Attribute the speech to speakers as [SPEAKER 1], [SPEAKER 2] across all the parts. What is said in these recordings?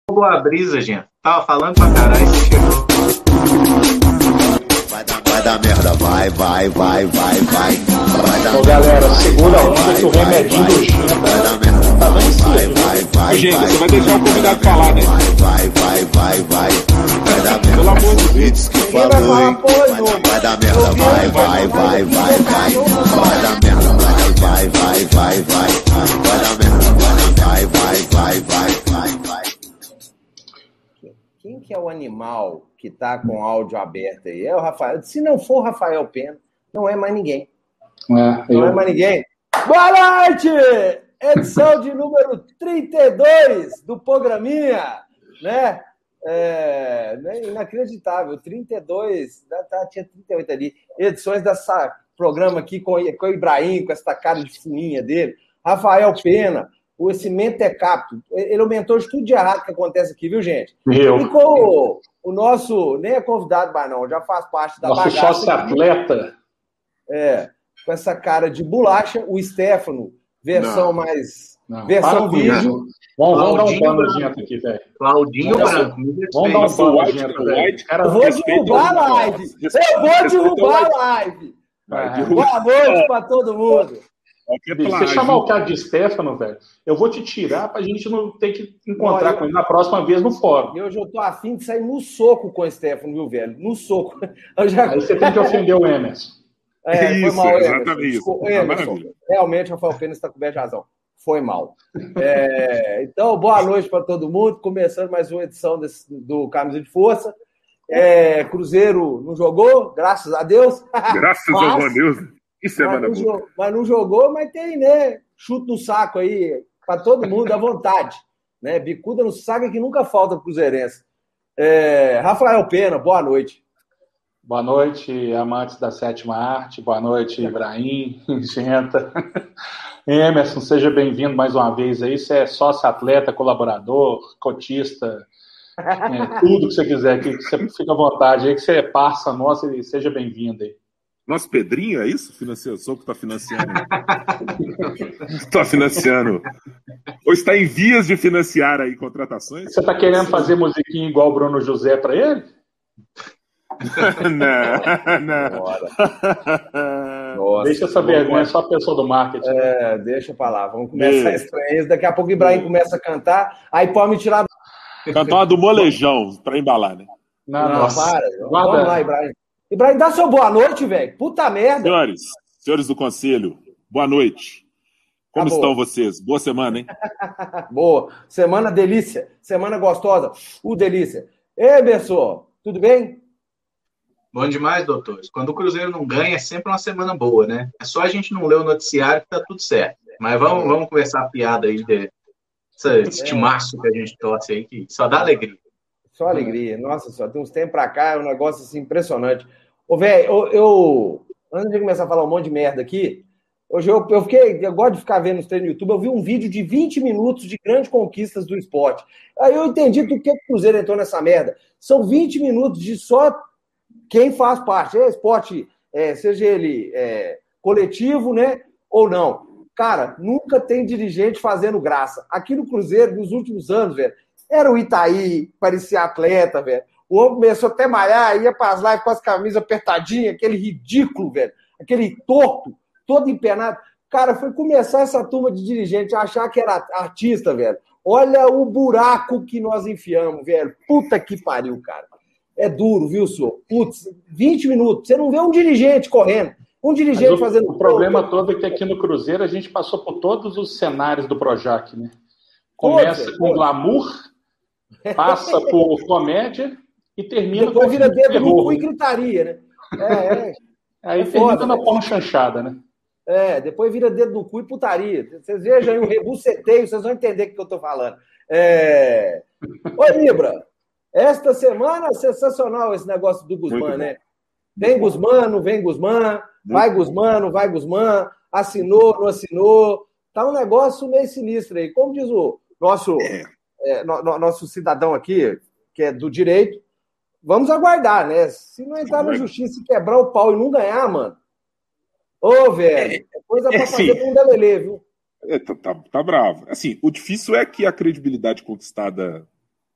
[SPEAKER 1] Boa brisa, gente. Tava falando pra caralho, você chegou.
[SPEAKER 2] Vai dar merda, vai.
[SPEAKER 3] Ô galera, segura a onda que o remedinho do Genta tá dando em cima.
[SPEAKER 4] Ô, gente, você vai deixar o convidado falar, né?
[SPEAKER 2] Vai dar merda.
[SPEAKER 4] Pelo amor de Deus.
[SPEAKER 2] Que falou, hein? Vai dar merda, vai dar merda, vai dar merda, vai dar merda, vai.
[SPEAKER 5] Quem que é o animal que tá com áudio aberto aí? É o Rafael. Se não for Rafael Pena, não é mais ninguém. Não é mais ninguém. Boa noite! Edição de número 32 do Programinha, né? Inacreditável, 32, tinha 38 ali. Edições dessa programa aqui com o Ibrahim, com essa cara de fuinha dele. Rafael Pena, esse mentecapto. Ele aumentou de tudo de errado que acontece aqui, viu, gente? E com o nosso, nem é convidado mais não, já faz parte da
[SPEAKER 3] nosso
[SPEAKER 5] bagaça.
[SPEAKER 3] Nosso sócio-atleta.
[SPEAKER 5] Com essa cara de bolacha, o Stefano, versão mais...
[SPEAKER 3] Não,
[SPEAKER 5] versão vídeo.
[SPEAKER 3] Vamos dar um pano nojento aqui, velho.
[SPEAKER 1] Claudinho Branco.
[SPEAKER 3] Vamos dar um pano nojento, velho.
[SPEAKER 5] Eu vou derrubar a live. Boa noite pra todo mundo.
[SPEAKER 3] Se você chamar o cara de Stefano, velho, eu vou te tirar pra gente não ter que encontrar com ele na próxima vez no fórum.
[SPEAKER 5] Eu já tô afim de sair no soco com o Stefano, viu, velho? No soco.
[SPEAKER 3] Aí você tem que ofender o Emerson.
[SPEAKER 4] Isso,
[SPEAKER 5] foi mal,
[SPEAKER 4] exatamente isso.
[SPEAKER 5] Emerson, realmente, Rafael Pena está coberto de razão. Foi mal. Então, boa noite para todo mundo. Começando mais uma edição do Camisa de Força. Cruzeiro não jogou, graças a Deus.
[SPEAKER 4] Graças a Deus. Isso é maravilhoso.
[SPEAKER 5] Mas não jogou, mas tem, né? Chute no saco aí para todo mundo, à vontade. Né? Bicuda no saco que nunca falta pro cruzeirense. Rafael Pena, boa noite.
[SPEAKER 3] Boa noite, amantes da sétima arte. Boa noite, Ibrahim, Genta. Emerson, seja bem-vindo mais uma vez aí. Você é sócio-atleta, colaborador, cotista, tudo que você quiser aqui, que você fica à vontade aí, que você é parça nossa e seja bem-vindo aí.
[SPEAKER 4] Nosso Pedrinho, é isso? Sou que está financiando. Está financiando. Ou está em vias de financiar aí contratações?
[SPEAKER 3] Você está querendo fazer musiquinha igual o Bruno José para ele?
[SPEAKER 4] Não.
[SPEAKER 5] Nossa,
[SPEAKER 3] deixa essa vergonha, só a pessoa do marketing.
[SPEAKER 5] Deixa pra lá, vamos começar estranhos. Daqui a pouco o Ibrahim começa a cantar, aí pode me tirar.
[SPEAKER 4] Cantar uma do molejão pra embalar, né?
[SPEAKER 5] Não, para. Vamos lá, Ibrahim. Ibrahim, dá seu boa noite, velho. Puta merda.
[SPEAKER 4] Senhores do conselho, boa noite. Como estão vocês? Boa semana, hein?
[SPEAKER 5] Boa. Semana delícia. Semana gostosa. Delícia. Emerson, tudo bem?
[SPEAKER 1] Bom demais, doutores. Quando o Cruzeiro não ganha, é sempre uma semana boa, né? É só a gente não ler o noticiário que tá tudo certo. Mas vamos começar a piada aí desse timaço que a gente torce aí, que só dá alegria.
[SPEAKER 5] Só alegria. Nossa senhora, tem uns tempos pra cá, é um negócio assim impressionante. Ô, velho, antes de começar a falar um monte de merda aqui, hoje eu gosto de ficar vendo os treinos no YouTube, eu vi um vídeo de 20 minutos de grandes conquistas do esporte. Aí eu entendi do que o Cruzeiro entrou nessa merda. São 20 minutos de só quem faz parte, esporte, seja ele coletivo, né, ou não. Cara, nunca tem dirigente fazendo graça. Aqui no Cruzeiro, nos últimos anos, velho, era o Itaí, parecia atleta, velho. O homem começou até a malhar, ia para as lives com as camisas apertadinhas, aquele ridículo, velho, aquele torto, todo empenado. Cara, foi começar essa turma de dirigente a achar que era artista, velho. Olha o buraco que nós enfiamos, velho. Puta que pariu, cara. É duro, viu, senhor? Putz, 20 minutos. Você não vê um dirigente correndo. Um dirigente fazendo...
[SPEAKER 3] O problema todo é que aqui no Cruzeiro a gente passou por todos os cenários do Projac, né? Começa com glamour, passa por comédia e termina
[SPEAKER 5] depois
[SPEAKER 3] com...
[SPEAKER 5] vira dedo no cu e gritaria, né?
[SPEAKER 3] Aí termina na porra chanchada, né?
[SPEAKER 5] Depois vira dedo no cu e putaria. Vocês vejam aí o rebuceteio, vocês vão entender o que eu tô falando. Oi, Libra. Esta semana, sensacional esse negócio do Guzmán, né? Vem Guzmán, não vem Guzmán, vai Guzmán, não vai Guzmán, assinou, não assinou. Tá um negócio meio sinistro aí. Como diz o nosso cidadão aqui, que é do direito, vamos aguardar, né? Se não entrar na justiça e quebrar o pau e não ganhar, mano, velho, é coisa pra fazer com um delelê, viu?
[SPEAKER 4] Tá bravo. Assim, o difícil é que a credibilidade conquistada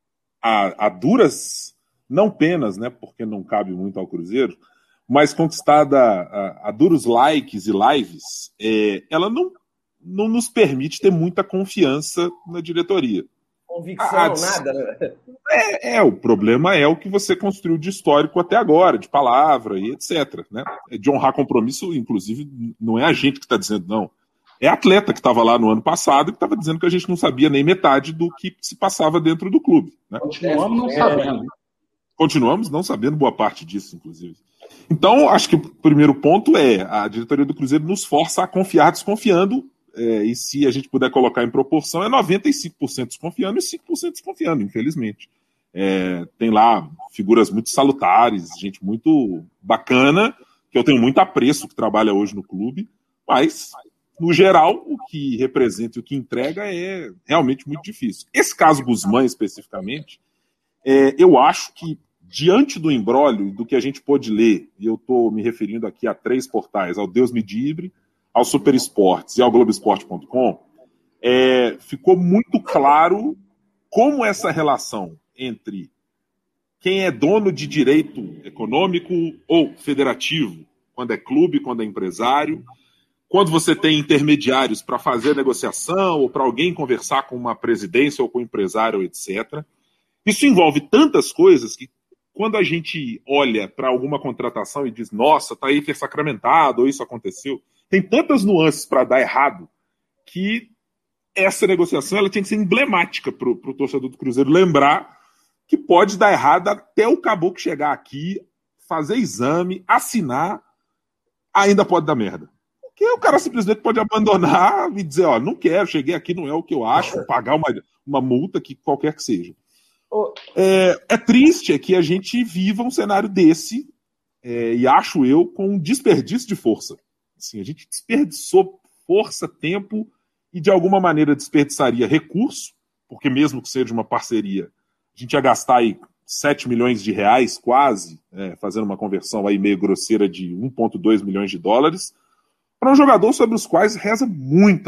[SPEAKER 4] a duras, não penas, né, porque não cabe muito ao Cruzeiro, mas conquistada a duros likes e lives, ela não nos permite ter muita confiança na diretoria.
[SPEAKER 5] Convicção, nada, né?
[SPEAKER 4] O problema é o que você construiu de histórico até agora, de palavra e etc. Né? De honrar compromisso, inclusive, não é a gente que está dizendo, não. É atleta que estava lá no ano passado e que estava dizendo que a gente não sabia nem metade do que se passava dentro do clube. Né?
[SPEAKER 3] Continuamos não sabendo.
[SPEAKER 4] Continuamos não sabendo boa parte disso, inclusive. Então, acho que o primeiro ponto é a diretoria do Cruzeiro nos força a confiar desconfiando, e se a gente puder colocar em proporção, é 95% desconfiando e 5% desconfiando, infelizmente. Tem lá figuras muito salutares, gente muito bacana, que eu tenho muito apreço que trabalha hoje no clube, mas, no geral, o que representa e o que entrega é realmente muito difícil. Esse caso Guzmán, especificamente, eu acho que, diante do imbróglio do que a gente pôde ler, e eu estou me referindo aqui a 3 portais, ao Deus Me Dibre, ao Super Esportes e ao Globoesporte.com, ficou muito claro como essa relação entre quem é dono de direito econômico ou federativo, quando é clube, quando é empresário, quando você tem intermediários para fazer a negociação ou para alguém conversar com uma presidência ou com um empresário, etc. Isso envolve tantas coisas que, quando a gente olha para alguma contratação e diz, nossa, tá aí que é sacramentado, ou isso aconteceu, tem tantas nuances para dar errado que essa negociação ela tinha que ser emblemática para o torcedor do Cruzeiro lembrar que pode dar errado até o caboclo chegar aqui, fazer exame, assinar, ainda pode dar merda. Porque o cara simplesmente pode abandonar e dizer, não quero, cheguei aqui, não é o que eu acho, pagar uma multa, que qualquer que seja. É triste que a gente viva um cenário desse, e acho eu, com um desperdício de força. Assim, a gente desperdiçou força, tempo e de alguma maneira desperdiçaria recurso, porque mesmo que seja uma parceria, a gente ia gastar aí 7 milhões de reais quase, fazendo uma conversão aí meio grosseira de 1,2 milhões de dólares, para um jogador sobre os quais reza muita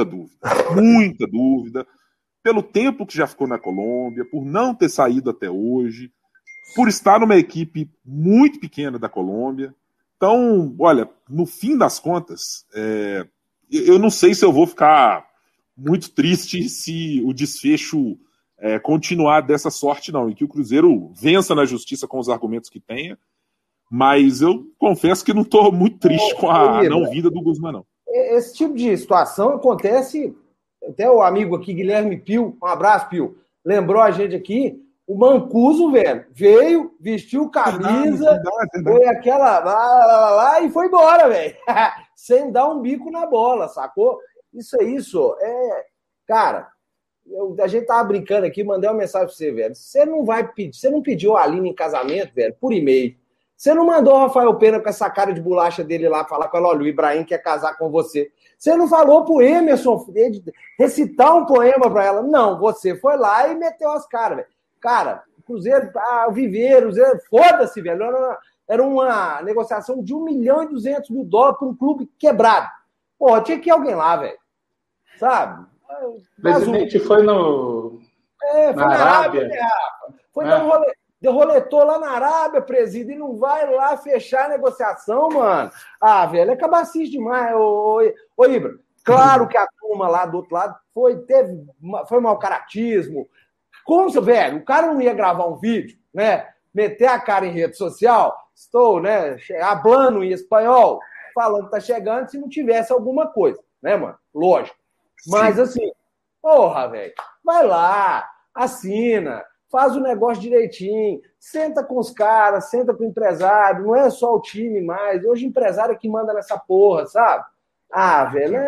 [SPEAKER 4] dúvida, pelo tempo que já ficou na Colômbia, por não ter saído até hoje, por estar numa equipe muito pequena da Colômbia. Então, olha, no fim das contas, eu não sei se eu vou ficar muito triste se o desfecho continuar dessa sorte, não, e que o Cruzeiro vença na justiça com os argumentos que tenha, mas eu confesso que não estou muito triste com a não-vinda do Guzmán, não.
[SPEAKER 5] Esse tipo de situação acontece, até o amigo aqui, Guilherme Pio, um abraço, Pio, lembrou a gente aqui, o Mancuso, velho, veio, vestiu camisa, foi aquela lá e foi embora, velho, sem dar um bico na bola, sacou? Isso é isso. Cara, a gente tava brincando aqui, mandei uma mensagem pra você, velho. Você não pediu a Aline em casamento, velho, por e-mail. Você não mandou o Rafael Pena com essa cara de bolacha dele lá falar com ela, olha, o Ibrahim quer casar com você. Você não falou pro Emerson recitar um poema pra ela. Não, você foi lá e meteu as caras, velho. Cara, o Cruzeiro, o Viveiro, foda-se, velho. Era uma negociação de $1.200.000 para um clube quebrado. Pô, tinha que ir alguém lá, velho. Sabe?
[SPEAKER 3] O presidente foi na
[SPEAKER 5] Arábia. Foi dar um rolê. Roletou lá na Arábia, presídio, e não vai lá fechar a negociação, mano. Velho, é cabacice demais. Ô Ibra, claro que a turma lá do outro lado foi mau caratismo. Como, velho, o cara não ia gravar um vídeo, né? Meter a cara em rede social, estou, né, hablando em espanhol, falando que tá chegando, se não tivesse alguma coisa, né, mano? Lógico. Mas, assim, porra, velho, vai lá, assina, faz o negócio direitinho, senta com os caras, senta com o empresário, não é só o time mais, hoje o empresário é que manda nessa porra, sabe? Velho,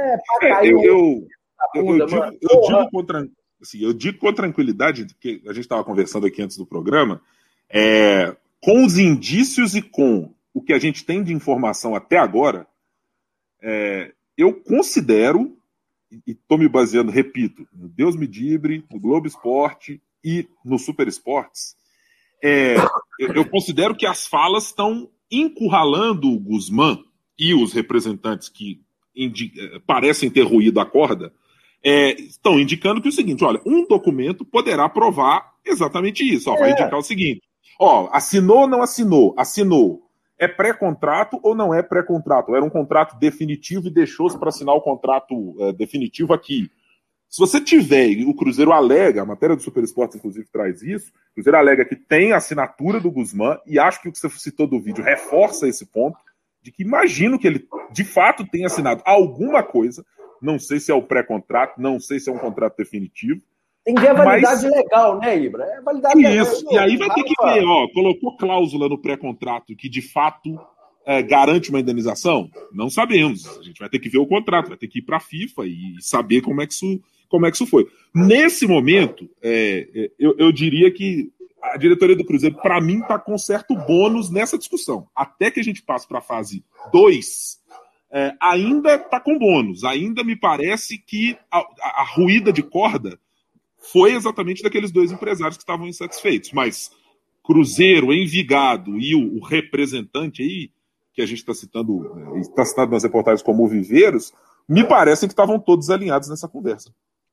[SPEAKER 4] eu digo com tranquilidade, porque a gente estava conversando aqui antes do programa, com os indícios e com o que a gente tem de informação até agora, eu considero, e estou me baseando, repito, no Deus Me Dibre, no Globo Esporte e no Super Esportes, eu considero que as falas estão encurralando o Guzmán e os representantes que parecem ter ruído a corda estão indicando que é o seguinte, olha, um documento poderá provar exatamente isso. Vai indicar o seguinte, assinou ou não assinou? Assinou. É pré-contrato ou não é pré-contrato? Era um contrato definitivo e deixou-se para assinar o contrato definitivo aqui. Se você tiver, e o Cruzeiro alega, a matéria do Super Esportes inclusive traz isso, o Cruzeiro alega que tem a assinatura do Guzmán, e acho que o que você citou do vídeo reforça esse ponto, de que imagino que ele de fato tenha assinado alguma coisa, não sei se é o pré-contrato, não sei se é um contrato definitivo.
[SPEAKER 5] Tem que ver a validade legal, né, Ibra? É validade
[SPEAKER 4] isso, legal. E aí vai ter que ver, colocou cláusula no pré-contrato que de fato garante uma indenização? Não sabemos. A gente vai ter que ver o contrato, vai ter que ir para a FIFA e saber como é que isso foi. Nesse momento, eu diria que a diretoria do Cruzeiro, para mim, está com certo bônus nessa discussão. Até que a gente passe para a fase 2, ainda está com bônus. Ainda me parece que a ruída de corda foi exatamente daqueles dois empresários que estavam insatisfeitos. Mas Cruzeiro, Envigado e o representante aí, que a gente está citando nas reportagens como o Viveiros, me parecem que estavam todos alinhados nessa conversa.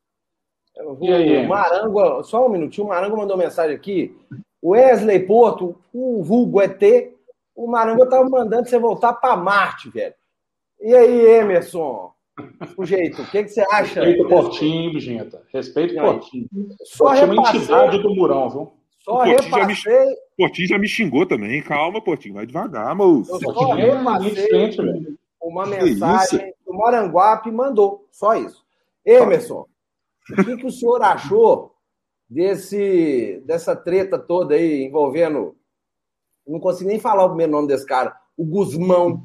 [SPEAKER 5] O Marango, só um minutinho, o Marango mandou mensagem aqui. O Wesley Porto, o vulgo ET, o Marango estava mandando você voltar para Marte, velho. E aí, Emerson? Sujeito, o que você acha?
[SPEAKER 3] Respeito o Portinho, gente. Respeito o Portinho.
[SPEAKER 5] Só
[SPEAKER 3] Portinho é uma entidade do Murão, viu?
[SPEAKER 4] Só repassei... Portinho já me xingou também. Calma, Portinho, vai devagar, moço.
[SPEAKER 5] Eu só repassei uma mensagem que o Maranguape mandou. Só isso. Emerson, o que o senhor achou dessa treta toda aí envolvendo... Não consigo nem falar o primeiro nome desse cara. O Guzmão.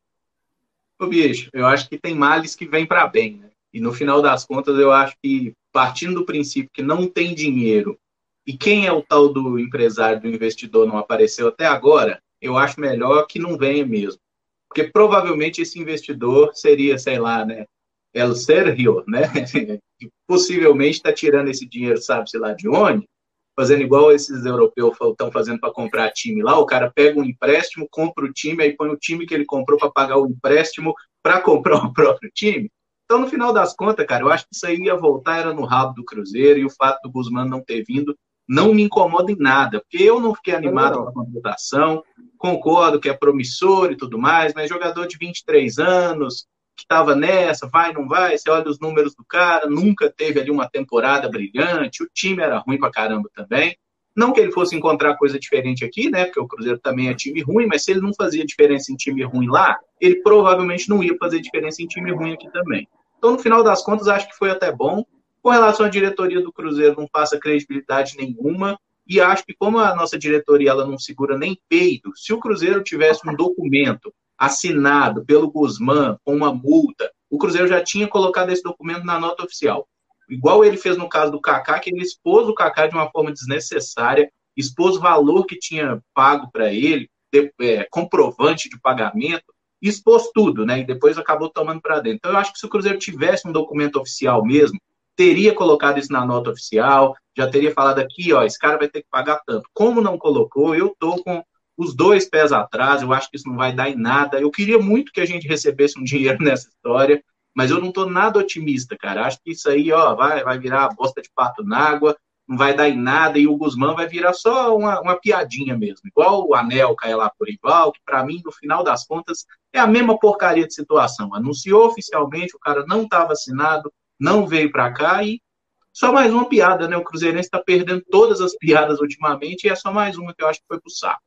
[SPEAKER 1] Ô, bicho, eu acho que tem males que vêm para bem, né? E no final das contas, eu acho que, partindo do princípio que não tem dinheiro, e quem é o tal do empresário, do investidor não apareceu até agora, eu acho melhor que não venha mesmo. Porque provavelmente esse investidor seria, sei lá, né, El Sergio, né? Que possivelmente está tirando esse dinheiro, sabe-se lá de onde, fazendo igual esses europeus estão fazendo para comprar time lá, o cara pega um empréstimo, compra o time, aí põe o time que ele comprou para pagar o empréstimo para comprar o próprio time. Então, no final das contas, cara, eu acho que isso aí ia voltar, era no rabo do Cruzeiro, e o fato do Guzmán não ter vindo não me incomoda em nada, porque eu não fiquei animado com a contratação, concordo que é promissor e tudo mais, mas jogador de 23 anos, que estava nessa, vai, não vai, você olha os números do cara, nunca teve ali uma temporada brilhante, o time era ruim pra caramba também, não que ele fosse encontrar coisa diferente aqui, né, porque o Cruzeiro também é time ruim, mas se ele não fazia diferença em time ruim lá, ele provavelmente não ia fazer diferença em time ruim aqui também. Então, no final das contas, acho que foi até bom. Com relação à diretoria do Cruzeiro, não passa credibilidade nenhuma, e acho que como a nossa diretoria ela não segura nem peido, se o Cruzeiro tivesse um documento assinado pelo Guzmán com uma multa, o Cruzeiro já tinha colocado esse documento na nota oficial. Igual ele fez no caso do Kaká, que ele expôs o Kaká de uma forma desnecessária, expôs o valor que tinha pago para ele, comprovante de pagamento, expôs tudo, né? E depois acabou tomando para dentro. Então eu acho que se o Cruzeiro tivesse um documento oficial mesmo, teria colocado isso na nota oficial, já teria falado aqui, ó, esse cara vai ter que pagar tanto. Como não colocou, eu tô com os dois pés atrás, eu acho que isso não vai dar em nada. Eu queria muito que a gente recebesse um dinheiro nessa história, mas eu não tô nada otimista, cara. Acho que isso aí, ó, vai virar bosta de pato na água, não vai dar em nada, e o Guzmán vai virar só uma piadinha mesmo. Igual o Anelka é lá por rival, que pra mim, no final das contas, é a mesma porcaria de situação. Anunciou oficialmente, o cara não estava assinado, não veio para cá e só mais uma piada, né? O Cruzeirense está perdendo todas as piadas ultimamente e é só mais uma que eu acho que foi pro saco.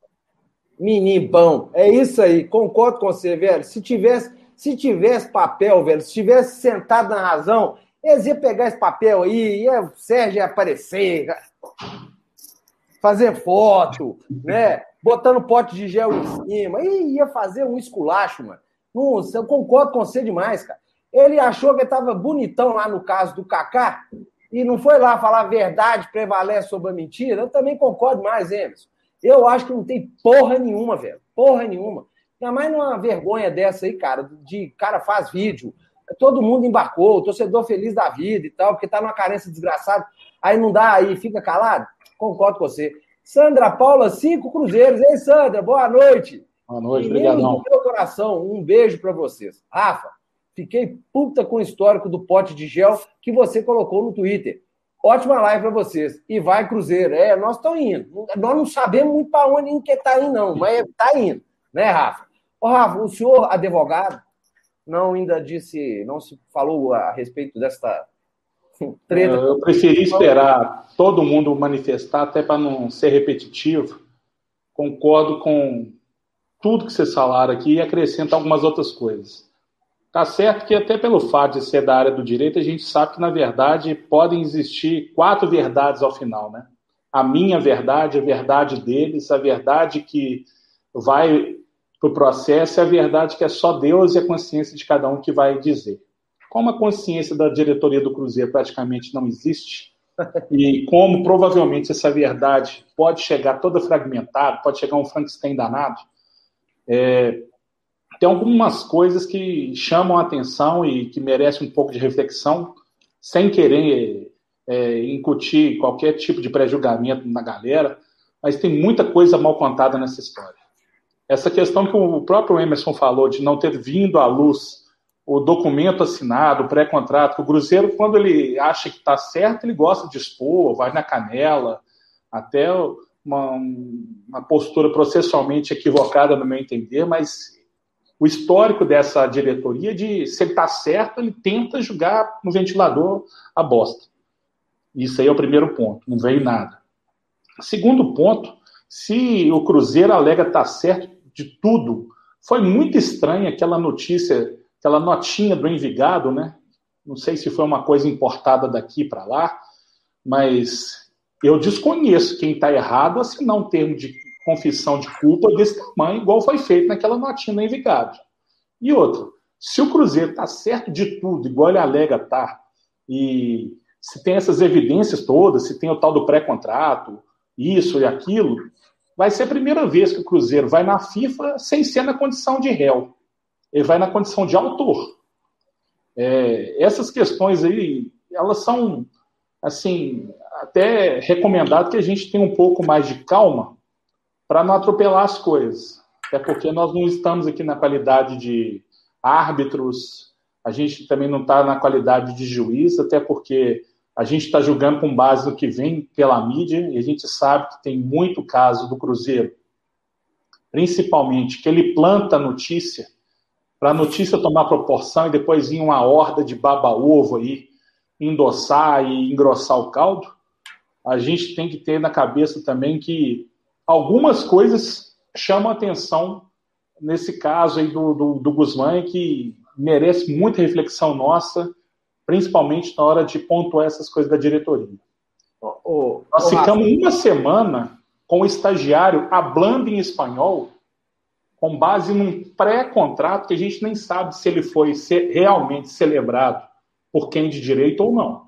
[SPEAKER 5] Menibão, é isso aí, concordo com você, velho. Se tivesse papel, velho, se tivesse sentado na razão, eles iam pegar esse papel aí, o Sérgio ia aparecer, fazer foto, né? Botando pote de gel em cima, e ia fazer um esculacho, mano. Nossa, eu concordo com você demais, cara. Ele achou que estava bonitão lá no caso do Kaká e não foi lá falar a verdade prevalece sobre a mentira. Eu também concordo mais, Emerson. Eu acho que não tem porra nenhuma, velho. Porra nenhuma. Ainda mais numa vergonha dessa aí, cara, de cara faz vídeo. Todo mundo embarcou, o torcedor feliz da vida e tal, porque tá numa carência desgraçada. Aí não dá, aí fica calado. Concordo com você. Sandra Paula, 5 cruzeiros. Ei, Sandra, boa noite.
[SPEAKER 3] Boa noite, obrigadão.
[SPEAKER 5] Do meu coração, um beijo para vocês. Rafa, Fiquei puta com o histórico do pote de gel que você colocou no Twitter. Ótima live para vocês. E vai, Cruzeiro. Nós estamos indo. Nós não sabemos muito para onde que está indo, não, mas está indo. Né, Rafa? Ô, Rafa, o senhor advogado ainda disse, não se falou a respeito desta treta.
[SPEAKER 3] Eu preferi esperar todo mundo manifestar, até para não ser repetitivo. Concordo com tudo que vocês falaram aqui e acrescento algumas outras coisas. Tá certo que até pelo fato de ser da área do direito, a gente sabe que, na verdade, podem existir 4 verdades ao final, né? A minha verdade, a verdade deles, a verdade que vai para o processo e a verdade que é só Deus e a consciência de cada um que vai dizer. Como a consciência da diretoria do Cruzeiro praticamente não existe, e como provavelmente essa verdade pode chegar toda fragmentada, pode chegar um Frankenstein danado, tem algumas coisas que chamam a atenção e que merecem um pouco de reflexão, sem querer incutir qualquer tipo de pré-julgamento na galera, mas tem muita coisa mal contada nessa história. Essa questão que o próprio Emerson falou, de não ter vindo à luz o documento assinado, o pré-contrato, que o Cruzeiro, quando ele acha que está certo, ele gosta de expor, vai na canela, até uma postura processualmente equivocada, no meu entender, mas o histórico dessa diretoria, de se ele está certo, ele tenta jogar no ventilador a bosta. Isso aí é o primeiro ponto, não veio nada. Segundo ponto, se o Cruzeiro alega estar certo de tudo, foi muito estranha aquela notícia, aquela notinha do Envigado, né? Não sei se foi uma coisa importada daqui para lá, mas eu desconheço quem está errado assinar um termo de confissão de culpa desse tamanho, igual foi feito naquela notinha do Envigado. E outra, se o Cruzeiro está certo de tudo, igual ele alega estar, e se tem essas evidências todas, se tem o tal do pré-contrato, isso e aquilo, vai ser a primeira vez que o Cruzeiro vai na FIFA sem ser na condição de réu. Ele vai na condição de autor. Essas questões aí, elas são, assim, até recomendado que a gente tenha um pouco mais de calma para não atropelar as coisas. Até porque nós não estamos aqui na qualidade de árbitros, a gente também não está na qualidade de juiz, até porque a gente está julgando com base no que vem pela mídia, e a gente sabe que tem muito caso do Cruzeiro, principalmente, que ele planta a notícia, para a notícia tomar proporção e depois ir uma horda de baba-ovo aí, endossar e engrossar o caldo. A gente tem que ter na cabeça também que algumas coisas chamam a atenção nesse caso aí do Guzmán, que merece muita reflexão nossa, principalmente na hora de pontuar essas coisas da diretoria. Nós ficamos uma semana com o estagiário hablando em espanhol, com base num pré-contrato que a gente nem sabe se ele foi realmente celebrado por quem de direito ou não.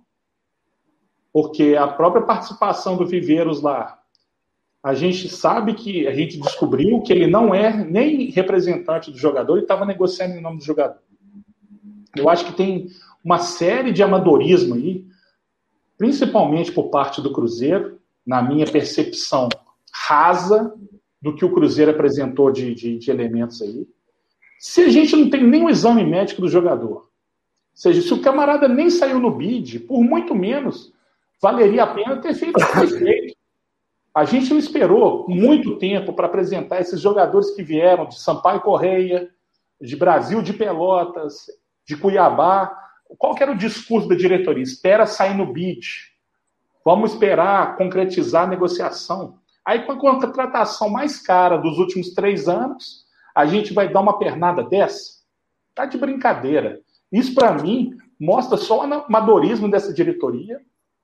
[SPEAKER 3] Porque a própria participação do Viveiros lá, a gente sabe que, a gente descobriu que ele não é nem representante do jogador, ele estava negociando em nome do jogador. Eu acho que tem uma série de amadorismo aí, principalmente por parte do Cruzeiro, na minha percepção rasa do que o Cruzeiro apresentou de elementos aí. Se a gente não tem nem o exame médico do jogador, ou seja, se o camarada nem saiu no bid, por muito menos, valeria a pena ter feito o que foi feito. A gente não esperou muito tempo para apresentar esses jogadores que vieram de Sampaio Correia, de Brasil de Pelotas, de Cuiabá. Qual que era o discurso da diretoria? Espera sair no bid. Vamos esperar concretizar a negociação. Aí, com a contratação mais cara dos últimos 3 anos, a gente vai dar uma pernada dessa? Tá de brincadeira. Isso, para mim, mostra só o amadorismo dessa diretoria.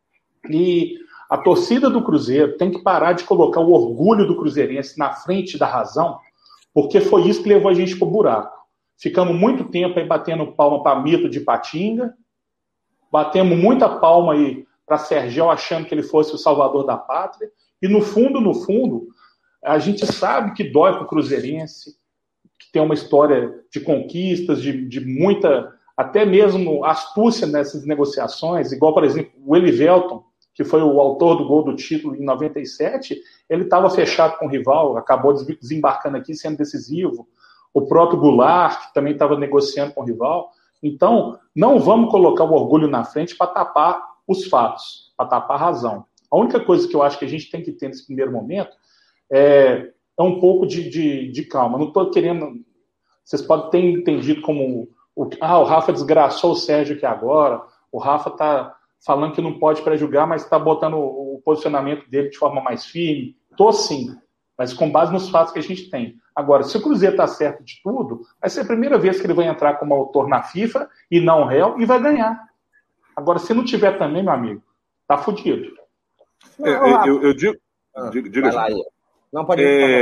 [SPEAKER 3] E a torcida do Cruzeiro tem que parar de colocar o orgulho do cruzeirense na frente da razão, porque foi isso que levou a gente para o buraco. Ficamos muito tempo aí batendo palma para Mito de Patinga, batemos muita palma aí para Sergel, achando que ele fosse o salvador da pátria, e no fundo, a gente sabe que dói para o cruzeirense, que tem uma história de conquistas, de muita, até mesmo astúcia nessas negociações, igual, por exemplo, o Elivelton, que foi o autor do gol do título em 97, ele estava fechado com o rival, acabou desembarcando aqui, sendo decisivo. O próprio Goulart, que também estava negociando com o rival. Então, não vamos colocar o orgulho na frente para tapar os fatos, para tapar a razão. A única coisa que eu acho que a gente tem que ter nesse primeiro momento é um pouco de calma. Não estou querendo... Vocês podem ter entendido como... o Rafa desgraçou o Sérgio aqui agora, o Rafa está falando que não pode pré-julgar, mas está botando o posicionamento dele de forma mais firme. Estou sim, mas com base nos fatos que a gente tem. Agora, se o Cruzeiro está certo de tudo, vai ser a primeira vez que ele vai entrar como autor na FIFA e não réu e vai ganhar. Agora, se não tiver também, meu amigo, tá fudido.
[SPEAKER 4] Eu digo... Diga
[SPEAKER 5] lá, não pode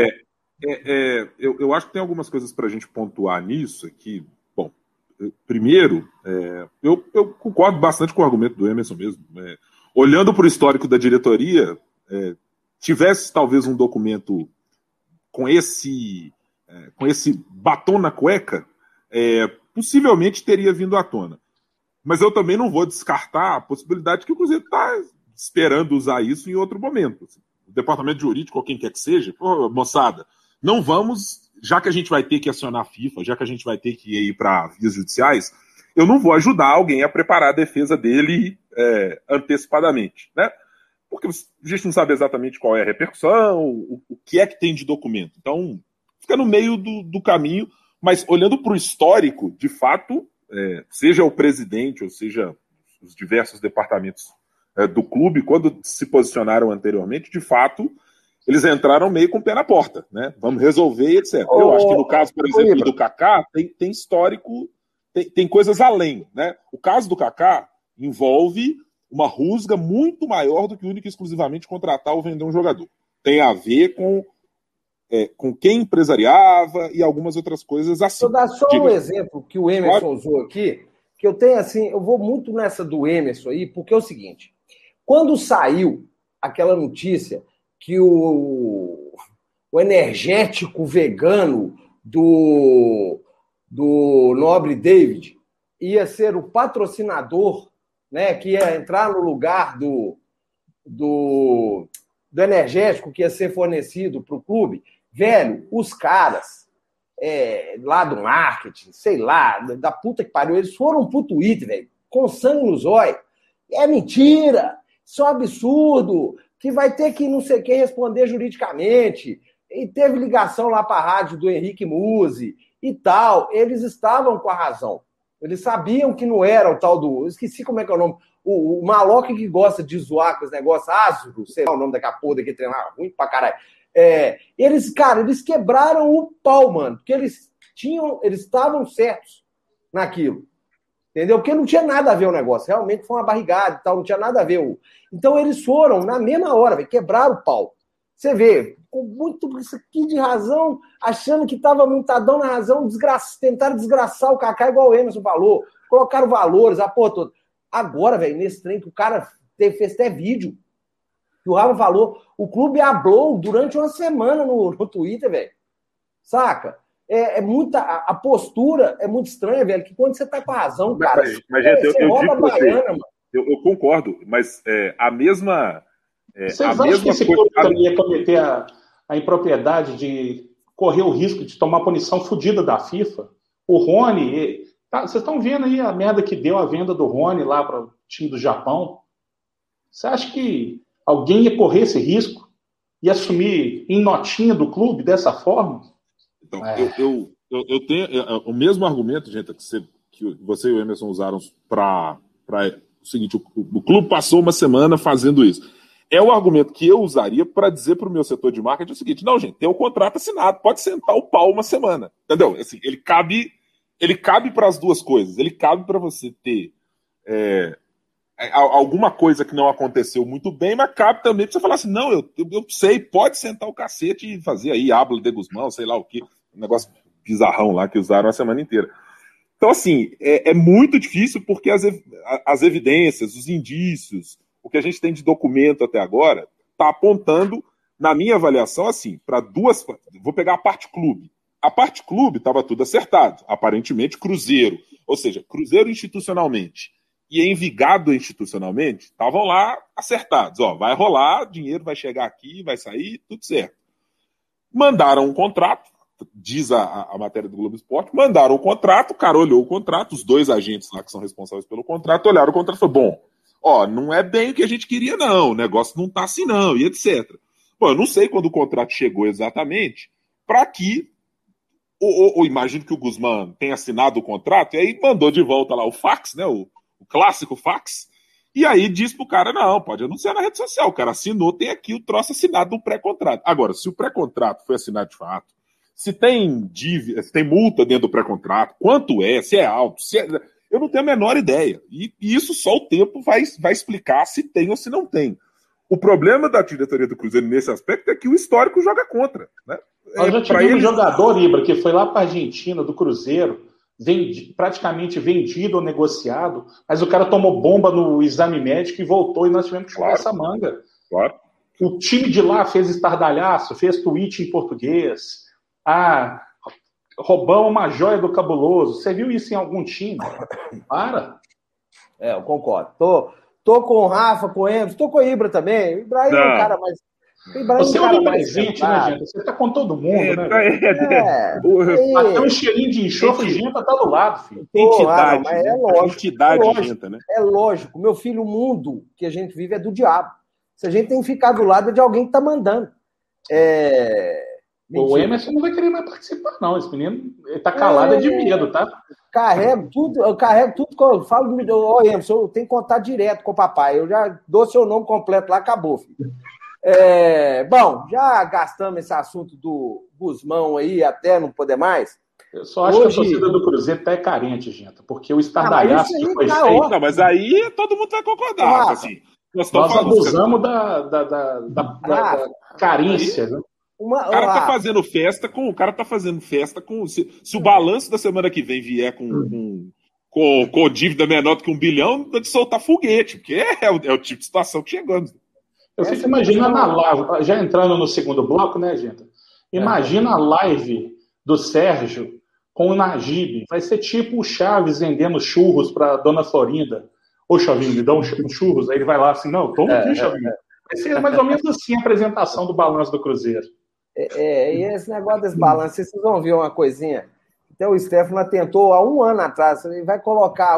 [SPEAKER 4] eu acho que tem algumas coisas para a gente pontuar nisso aqui. Bom, primeiro, eu concordo bastante com o argumento do Emerson mesmo. Olhando para o histórico da diretoria, tivesse talvez um documento com esse batom na cueca, possivelmente teria vindo à tona. Mas eu também não vou descartar a possibilidade que o Cruzeiro está esperando usar isso em outro momento. O departamento jurídico, ou quem quer que seja, moçada, não vamos, já que a gente vai ter que acionar a FIFA, já que a gente vai ter que ir para vias judiciais, eu não vou ajudar alguém a preparar a defesa dele antecipadamente, né? Porque a gente não sabe exatamente qual é a repercussão, o que é que tem de documento. Então, fica no meio do caminho, mas olhando para o histórico, de fato, seja o presidente, ou seja, os diversos departamentos do clube, quando se posicionaram anteriormente, de fato, eles entraram meio com o pé na porta, né? Vamos resolver, etc. Eu acho que no caso, por exemplo, do Kaká, tem histórico, tem coisas além, né? O caso do Kaká envolve uma rusga muito maior do que única e exclusivamente contratar ou vender um jogador. Tem a ver com quem empresariava e algumas outras coisas assim.
[SPEAKER 5] Vou dar só um exemplo que o Emerson usou aqui, que eu tenho assim, eu vou muito nessa do Emerson aí, porque é o seguinte, quando saiu aquela notícia que o energético vegano do Nobre David ia ser o patrocinador, né, que ia entrar no lugar do energético que ia ser fornecido para o clube, velho, os caras lá do marketing, sei lá, da puta que pariu, eles foram pro Twitter, velho, com sangue nos olhos. É mentira, isso é um absurdo, que vai ter que não sei quem responder juridicamente. E teve ligação lá para a rádio do Henrique Musi e tal. Eles estavam com a razão. Eles sabiam que não era o tal do... Eu esqueci como é que é o nome. O maloca que gosta de zoar com os negócios, Ázuro, sei lá o nome daquela porra que treinar ruim pra caralho. Eles quebraram o pau, mano, porque eles estavam certos naquilo. Entendeu? Porque não tinha nada a ver o negócio. Realmente foi uma barrigada e tal, não tinha nada a ver. Então eles foram na mesma hora, véio, quebraram o pau. Você vê, com muito isso aqui de razão, achando que estava montadão na razão, tentaram desgraçar o Kaká igual o Emerson falou, colocaram valores, a porra toda. Agora, velho, nesse trem que o cara fez até vídeo, que o Rafa falou, o clube hablou durante uma semana no Twitter, velho. Saca? A postura é muito estranha, velho, que quando você tá com a razão, cara,
[SPEAKER 4] mas gente,
[SPEAKER 5] você rouba a baiana, mano.
[SPEAKER 4] Eu concordo, mas a mesma...
[SPEAKER 3] Vocês acham que esse clube também ia cometer a impropriedade de correr o risco de tomar punição fodida da FIFA? O Rony... Vocês estão vendo aí a merda que deu a venda do Rony lá para o time do Japão? Você acha que alguém ia correr esse risco e assumir em notinha do clube dessa forma?
[SPEAKER 4] Então, eu tenho o mesmo argumento, gente, que você e o Emerson usaram para o seguinte: o clube passou uma semana fazendo isso. É o argumento que eu usaria para dizer para o meu setor de marketing o seguinte: não, gente, tem um contrato assinado, pode sentar o pau uma semana. Entendeu? Assim, ele cabe para as duas coisas. Ele cabe para você ter alguma coisa que não aconteceu muito bem, mas cabe também para você falar assim: não, eu sei, pode sentar o cacete e fazer aí, habla de Guzmão, sei lá o quê. Um negócio bizarrão lá que usaram a semana inteira. Então, assim, é muito difícil porque as evidências, os indícios, o que a gente tem de documento até agora, está apontando, na minha avaliação, assim, para duas... Vou pegar a parte clube. A parte clube estava tudo acertado. Aparentemente, Cruzeiro. Ou seja, Cruzeiro institucionalmente e Envigado institucionalmente estavam lá acertados. Ó, vai rolar, dinheiro vai chegar aqui, vai sair, tudo certo. Mandaram um contrato diz a matéria do Globo Esporte, mandaram o contrato, o cara olhou o contrato, os dois agentes lá que são responsáveis pelo contrato, olharam o contrato e falaram, bom, não é bem o que a gente queria não, o negócio não tá assim não, e etc. Bom, eu não sei quando o contrato chegou exatamente, para que, ou imagino que o Guzmán tenha assinado o contrato, e aí mandou de volta lá o fax, né, o clássico fax, e aí diz pro cara, não, pode anunciar na rede social, o cara assinou, tem aqui o troço assinado do pré-contrato. Agora, se o pré-contrato foi assinado de fato, se tem dívida, se tem multa dentro do pré-contrato, quanto é, se é alto, eu não tenho a menor ideia. E isso só o tempo vai explicar se tem ou se não tem. O problema da diretoria do Cruzeiro nesse aspecto é que o histórico joga contra. Né?
[SPEAKER 3] Nós já tivemos um jogador, Ibra, que foi lá para a Argentina, do Cruzeiro, praticamente vendido ou negociado, mas o cara tomou bomba no exame médico e voltou, e nós tivemos que chutar essa manga.
[SPEAKER 4] Claro.
[SPEAKER 3] O time de lá fez estardalhaço, fez tweet em português. Roubão uma joia do cabuloso. Você viu isso em algum time? Para.
[SPEAKER 5] Eu concordo. Tô com o Rafa, com o Emerson, tô com o Ibra também. O Ibrahim é um cara mais...
[SPEAKER 3] Você é onipresente, né, gente? Você tá com todo mundo, né? Até um cheirinho de enxofre, Genta tá do lado, filho.
[SPEAKER 5] Entidade. Mas é lógico.
[SPEAKER 4] Entidade, Genta, né?
[SPEAKER 5] É lógico. Meu filho, o mundo que a gente vive é do diabo. Se a gente tem que ficar do lado de alguém que tá mandando.
[SPEAKER 3] O Emerson não vai querer mais participar, não. Esse menino ele tá calado de medo, tá?
[SPEAKER 5] Carrego tudo. Eu falo, Emerson, eu tenho que contar direto com o papai. Eu já dou seu nome completo lá, acabou, filho. Bom, já gastamos esse assunto do Guzmão aí até não poder mais.
[SPEAKER 3] Eu só acho que a torcida do Cruzeiro tá carente, gente, porque o estardalhaço que foi feito...
[SPEAKER 4] Não, mas aí todo mundo vai concordar, assim.
[SPEAKER 3] Nós abusamos da carência, né?
[SPEAKER 4] O cara tá fazendo festa com... Se o balanço da semana que vem vier com dívida menor do que 1 bilhão, dá de soltar foguete, porque é o tipo de situação que chegamos.
[SPEAKER 3] Eu fico imaginando na live, já entrando no segundo bloco, né, gente? Imagina a live do Sérgio com o Najib. Vai ser tipo o Chaves vendendo churros pra Dona Florinda. Ô, Chavinho, me dá um churros. Aí ele vai lá assim, não, toma aqui, Chavinho. Vai ser mais ou menos assim a apresentação do balanço do Cruzeiro.
[SPEAKER 5] E esse negócio desse balanço, vocês vão ver uma coisinha. Até o Stefano tentou há 1 ano atrás, ele vai colocar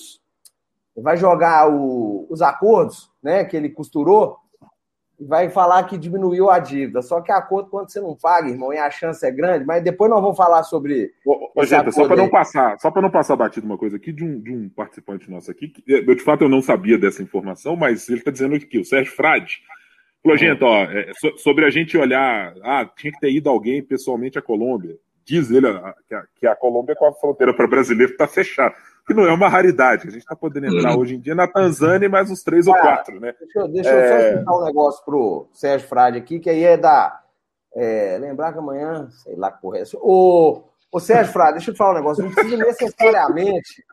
[SPEAKER 5] vai jogar os acordos, né, que ele costurou, e vai falar que diminuiu a dívida. Só que acordo, quando você não paga, irmão, e a chance é grande, mas depois nós vamos falar sobre...
[SPEAKER 4] Gente, só para não passar batido uma coisa aqui de um participante nosso aqui, que, de fato eu não sabia dessa informação, mas ele está dizendo aqui, o Sérgio Frade, falou, gente, sobre a gente olhar, tinha que ter ido alguém pessoalmente à Colômbia. Diz ele que a Colômbia com a fronteira para brasileiro está fechada. Que não é uma raridade. A gente está podendo entrar hoje em dia na Tanzânia e mais uns 3 ou 4, né?
[SPEAKER 5] Deixa eu só explicar um negócio pro Sérgio Frade aqui, que aí é da... lembrar que amanhã... Sei lá que porra é essa. Ô Sérgio Frade, deixa eu te falar um negócio. Não precisa necessariamente...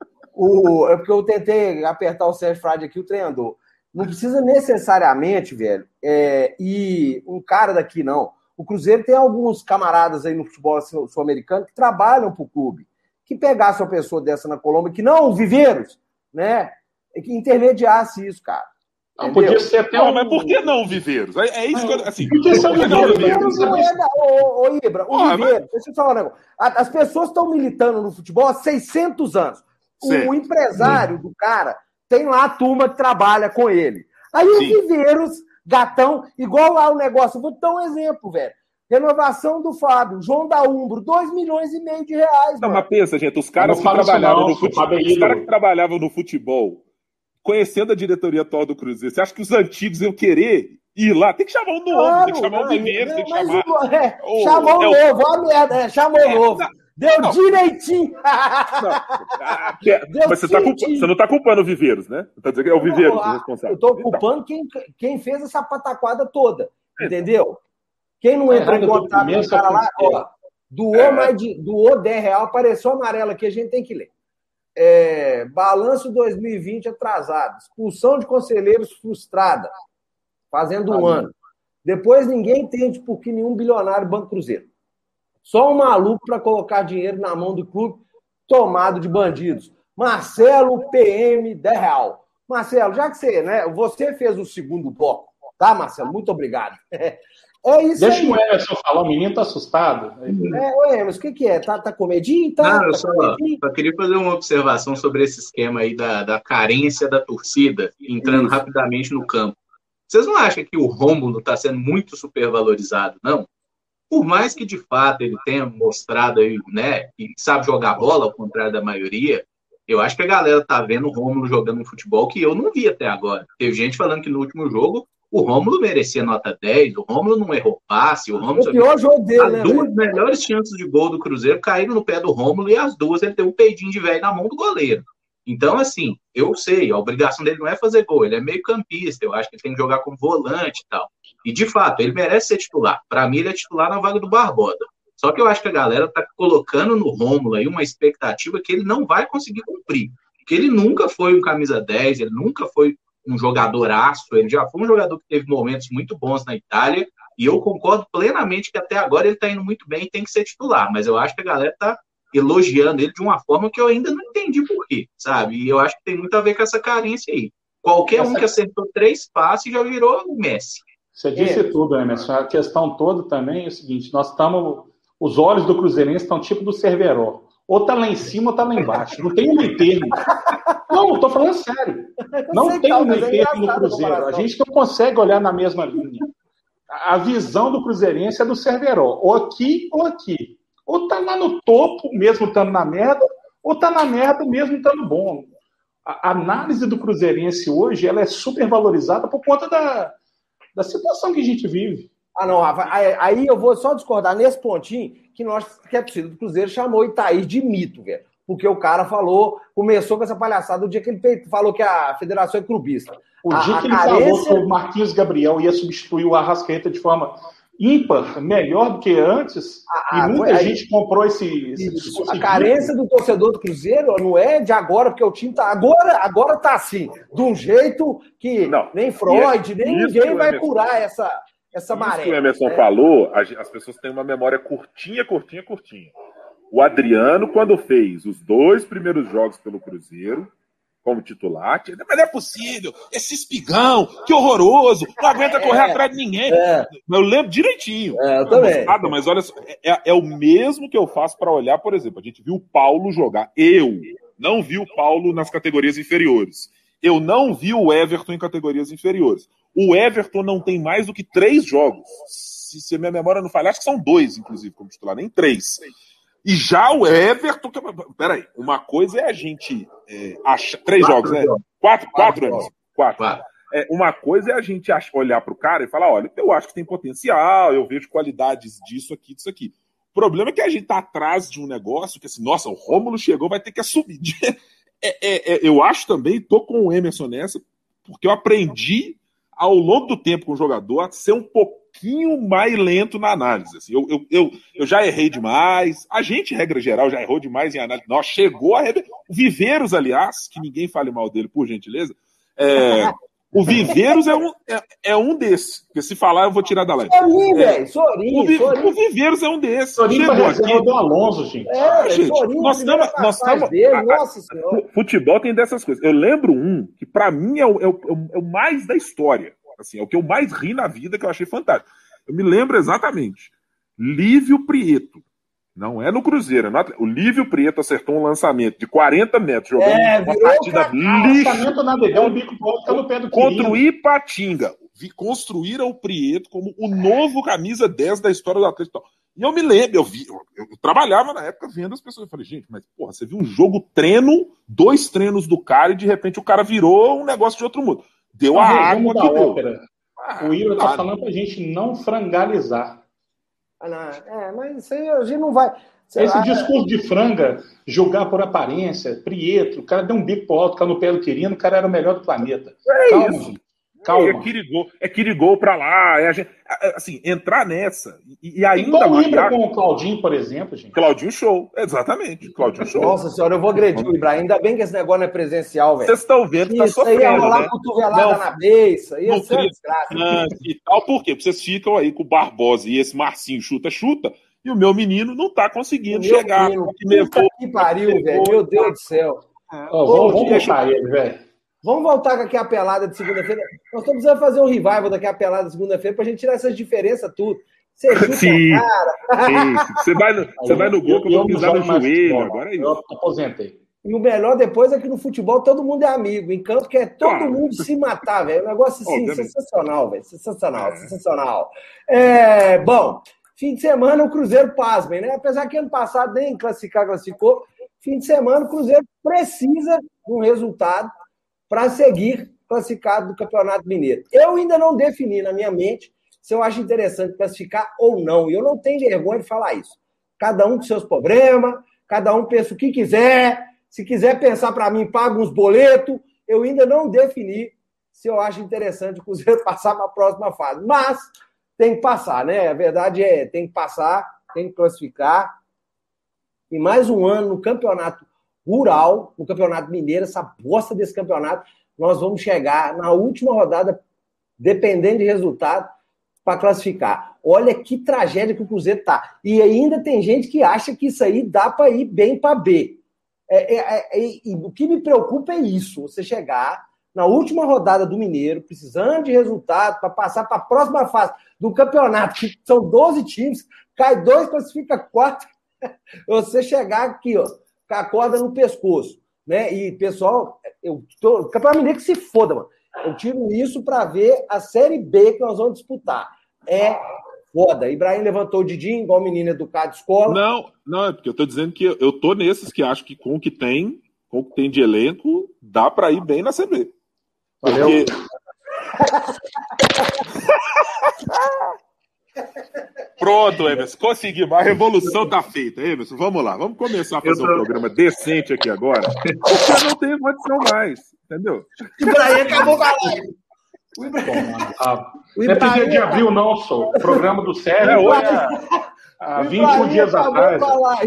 [SPEAKER 5] É porque eu tentei apertar o Sérgio Frade aqui, o treinador. Não precisa necessariamente, velho, e um cara daqui, não. O Cruzeiro tem alguns camaradas aí no futebol sul-americano que trabalham pro clube. Que pegasse uma pessoa dessa na Colômbia, que não, o Viveiros, né? Que intermediasse isso, cara.
[SPEAKER 3] Não, podia ser até
[SPEAKER 4] mas por que não o Viveiros? É isso que eu... Assim,
[SPEAKER 3] porque são Viveiros.
[SPEAKER 5] Ô, Ibra, o Viveiros, deixa eu falar um negócio. As pessoas estão militando no futebol há 600 anos. Certo. O empresário do cara tem lá a turma que trabalha com ele. Aí o Viveiros, gatão, igual lá o negócio. Vou te dar um exemplo, velho. Renovação do Fábio, João da Umbro, 2,5 milhões de reais.
[SPEAKER 4] Não, mas pensa, gente, os caras que trabalhavam no futebol, os caras que trabalhavam no futebol, conhecendo a diretoria atual do Cruzeiro, você acha que os antigos iam querer ir lá? Tem que chamar um novo, tem que chamar o Viveiros, tem que chamar...
[SPEAKER 5] Chamou o novo, olha a merda, chamou o novo. Deu direitinho.
[SPEAKER 4] Mas você não tá culpando o Viveiros, né? Tá dizendo que é o Viveiros o responsável.
[SPEAKER 5] Eu tô culpando quem fez essa pataquada toda, entendeu? Quem não entrou em contato com o cara lá, doou 10 reais, apareceu amarelo aqui, a gente tem que ler. Balanço 2020 atrasado, expulsão de conselheiros frustrada, fazendo 1 ano. Depois ninguém entende por que nenhum bilionário Banco Cruzeiro. Só um maluco para colocar dinheiro na mão do clube, tomado de bandidos. Marcelo PM 10 real. Marcelo, já que você fez o segundo bloco, tá, Marcelo? Muito obrigado. É isso.
[SPEAKER 3] Deixa
[SPEAKER 5] aí.
[SPEAKER 3] o Emerson falar, o menino tá assustado.
[SPEAKER 5] Ô Emerson, o que é? Tá com medinho? Tá,
[SPEAKER 1] Não, eu
[SPEAKER 5] tá
[SPEAKER 1] só
[SPEAKER 5] comedinho?
[SPEAKER 1] queria fazer uma observação sobre esse esquema aí da carência da torcida entrando
[SPEAKER 5] Isso.
[SPEAKER 1] rapidamente no campo. Vocês não acham que o Rômulo está sendo muito supervalorizado, não? Por mais que de fato ele tenha mostrado aí, né, que sabe jogar bola, ao contrário da maioria, eu acho que a galera tá vendo o Rômulo jogando um futebol que eu não vi até agora. Teve gente falando que no último jogo o Rômulo merecia nota 10, o Rômulo não errou passe, o Rômulo...
[SPEAKER 5] O pior jogo dele,
[SPEAKER 1] As
[SPEAKER 5] né,
[SPEAKER 1] duas
[SPEAKER 5] velho?
[SPEAKER 1] melhores chances de gol do Cruzeiro caíram no pé do Rômulo e as duas ele deu um peidinho de velho na mão do goleiro. Então, assim, eu sei, a obrigação dele não é fazer gol, ele é meio campista, eu acho que ele tem que jogar como volante e tal. E, de fato, ele merece ser titular. Para mim, ele é titular na vaga do Barbosa. Só que eu acho que a galera tá colocando no Rômulo aí uma expectativa que ele não vai conseguir cumprir. Porque ele nunca foi um camisa 10, ele nunca foi um jogadoraço, ele já foi um jogador que teve momentos muito bons na Itália, e eu concordo plenamente que até agora ele tá indo muito bem e tem que ser titular, mas eu acho que a galera tá elogiando ele de uma forma que eu ainda não entendi por quê, sabe? E eu acho que tem muito a ver com essa carência aí. Qualquer um que acertou 3 passes já virou o Messi.
[SPEAKER 3] Você disse tudo, Emerson. A questão toda também é o seguinte, nós estamos... Os olhos do Cruzeirense estão tipo do Cerveró. Ou tá lá em cima ou tá lá embaixo. Não tem um meio termo. Não, tô falando sério. Não tem um meio termo no Cruzeiro. A gente não consegue olhar na mesma linha. A visão do Cruzeirense é do Cerveró. Ou aqui ou aqui. Ou tá lá no topo, mesmo estando na merda, ou tá na merda, mesmo estando bom. A análise do Cruzeirense hoje ela é super valorizada por conta da situação que a gente vive.
[SPEAKER 5] Ah, não, Rafa, aí eu vou só discordar nesse pontinho que a torcida do Cruzeiro chamou o Itair de mito, velho. Porque o cara começou com essa palhaçada o dia que ele falou que a federação é clubista.
[SPEAKER 3] O dia que ele falou que o Marquinhos Gabriel ia substituir o Arrascaeta de forma ímpar, melhor do que antes, e muita gente comprou esse discurso.
[SPEAKER 5] A carência do torcedor do Cruzeiro não é de agora, porque o time tá agora tá assim, de um jeito que nem Freud, nem ninguém vai curar essa maré.
[SPEAKER 4] Isso que o Emerson falou, as pessoas têm uma memória curtinha. O Adriano, quando fez os 2 primeiros jogos pelo Cruzeiro, como titular, mas não é possível, esse espigão, que horroroso, não aguenta correr atrás de ninguém. Eu lembro direitinho.
[SPEAKER 5] Eu também.
[SPEAKER 4] Mas olha só, é o mesmo que eu faço para olhar, por exemplo, a gente viu o Paulo jogar. Eu não vi o Paulo nas categorias inferiores. Eu não vi o Everton em categorias inferiores. O Everton não tem mais do que 3 jogos. Se a minha memória não falhar, acho que são 2, inclusive, como titular, nem 3. E já o Everton... Peraí, uma coisa é a gente achar... 3 jogos, né? 4 anos. 4. Uma coisa é a gente olhar para o cara e falar, olha, eu acho que tem potencial, eu vejo qualidades disso aqui, disso aqui. O problema é que a gente tá atrás de um negócio que, assim, nossa, o Rômulo chegou, vai ter que assumir. Eu acho também, tô com o Emerson nessa, porque eu aprendi ao longo do tempo com o jogador a ser um pouquinho mais lento na análise. Assim, eu já errei demais, a gente, regra geral, já errou demais em análise. Nossa, chegou a o Viveiros, aliás, que ninguém fale mal dele, por gentileza, o Viveiros é um desses, porque se falar eu vou tirar da live.
[SPEAKER 5] Sorinho.
[SPEAKER 4] O Viveiros é um desses.
[SPEAKER 3] Sorinho chegou aqui do Alonso, gente.
[SPEAKER 4] Gente, nós estamos...
[SPEAKER 5] Nossa Senhora.
[SPEAKER 4] Futebol tem dessas coisas. Eu lembro um que pra mim é o mais da história. Assim, é o que eu mais ri na vida, que eu achei fantástico. Eu me lembro exatamente. Lívio Prieto. Não é no Cruzeiro. O Lívio Prieto acertou um lançamento de 40 metros, jogando uma partida contra o Ipatinga. Construíram o Prieto como o novo camisa 10 da história do Atlético. E eu me lembro, eu trabalhava na época vendo as pessoas. Eu falei, gente, mas porra, você viu um jogo treino, 2 treinos do cara e de repente o cara virou um negócio de outro mundo. Deu a água que deu.
[SPEAKER 3] O Ira tá falando pra gente não frangalizar.
[SPEAKER 5] Mas isso aí a gente não vai...
[SPEAKER 3] Esse discurso de franga, julgar por aparência, Prieto, o cara deu um bico pro alto, caiu no pé do Quirino, o cara era o melhor do planeta. Calma, gente. Calma.
[SPEAKER 4] É Quirigol pra lá. Assim, entrar nessa. E ainda
[SPEAKER 3] igual o Ibra com o Claudinho, por exemplo, gente.
[SPEAKER 4] Claudinho show. Exatamente. Claudinho show.
[SPEAKER 5] Nossa senhora, eu vou agredir o Ibra. Ainda bem que esse negócio não é presencial, velho.
[SPEAKER 4] Vocês estão vendo que tá sofrendo,
[SPEAKER 5] isso aí ia rolar
[SPEAKER 4] né?
[SPEAKER 5] cotovelada na beça. Ia ser uma desgraça.
[SPEAKER 4] E tal, por quê? Porque vocês ficam aí com o Barbosa e esse Marcinho chuta, e o meu menino não tá conseguindo chegar.
[SPEAKER 5] Que pariu, velho. Meu Deus do céu.
[SPEAKER 3] Vamos deixar ele, velho.
[SPEAKER 5] Vamos voltar com aqui a pelada de segunda-feira. Nós estamos precisando fazer um revival daqui a pelada de segunda-feira pra gente tirar essas diferenças tudo. Você
[SPEAKER 4] Sim.
[SPEAKER 5] cara.
[SPEAKER 4] Você vai no gol que eu vou pisar no joelho. Agora é isso.
[SPEAKER 3] Eu aposentei.
[SPEAKER 5] E o melhor depois é que no futebol todo mundo é amigo. Em campo que é todo mundo se matar, velho. É um negócio assim, sensacional, velho. Sensacional. Bom, fim de semana o Cruzeiro, pasmem, né? Apesar que ano passado nem classificou. Fim de semana o Cruzeiro precisa de um resultado para seguir classificado do Campeonato Mineiro. Eu ainda não defini na minha mente se eu acho interessante classificar ou não. E eu não tenho vergonha de falar isso. Cada um com seus problemas, cada um pensa o que quiser. Se quiser pensar para mim, paga uns boletos. Eu ainda não defini se eu acho interessante o Cruzeiro passar para a próxima fase. Mas tem que passar, né? A verdade é, tem que passar, tem que classificar. E mais um ano no Campeonato Rural, no Campeonato Mineiro, essa bosta desse campeonato, nós vamos chegar na última rodada, dependendo de resultado, para classificar. Olha que tragédia que o Cruzeiro tá. E ainda tem gente que acha que isso aí dá para ir bem para B. E o que me preocupa é isso, você chegar na última rodada do Mineiro, precisando de resultado para passar para a próxima fase do campeonato, que são 12 times, cai 2, classifica 4, você chegar aqui, ó, com a corda no pescoço, né? E, pessoal, o Campeonato Mineiro que se foda, mano. Eu tiro isso para ver a Série B que nós vamos disputar. É foda. Ibrahim levantou o dedinho, igual menino educado de escola.
[SPEAKER 4] Não, é porque eu tô dizendo que eu tô nesses que acho que com o que tem de elenco, dá para ir bem na CB.
[SPEAKER 3] Valeu.
[SPEAKER 4] Porque... Pronto, Emerson, conseguimos. A revolução tá feita, Emerson. Vamos lá, vamos começar a fazer um programa decente aqui agora, porque eu não tenho condição mais, entendeu?
[SPEAKER 5] Ibrahim acabou com a live.
[SPEAKER 3] Não é primeiro de abril, não, sou. O programa do Sérgio foi há 21 dias atrás.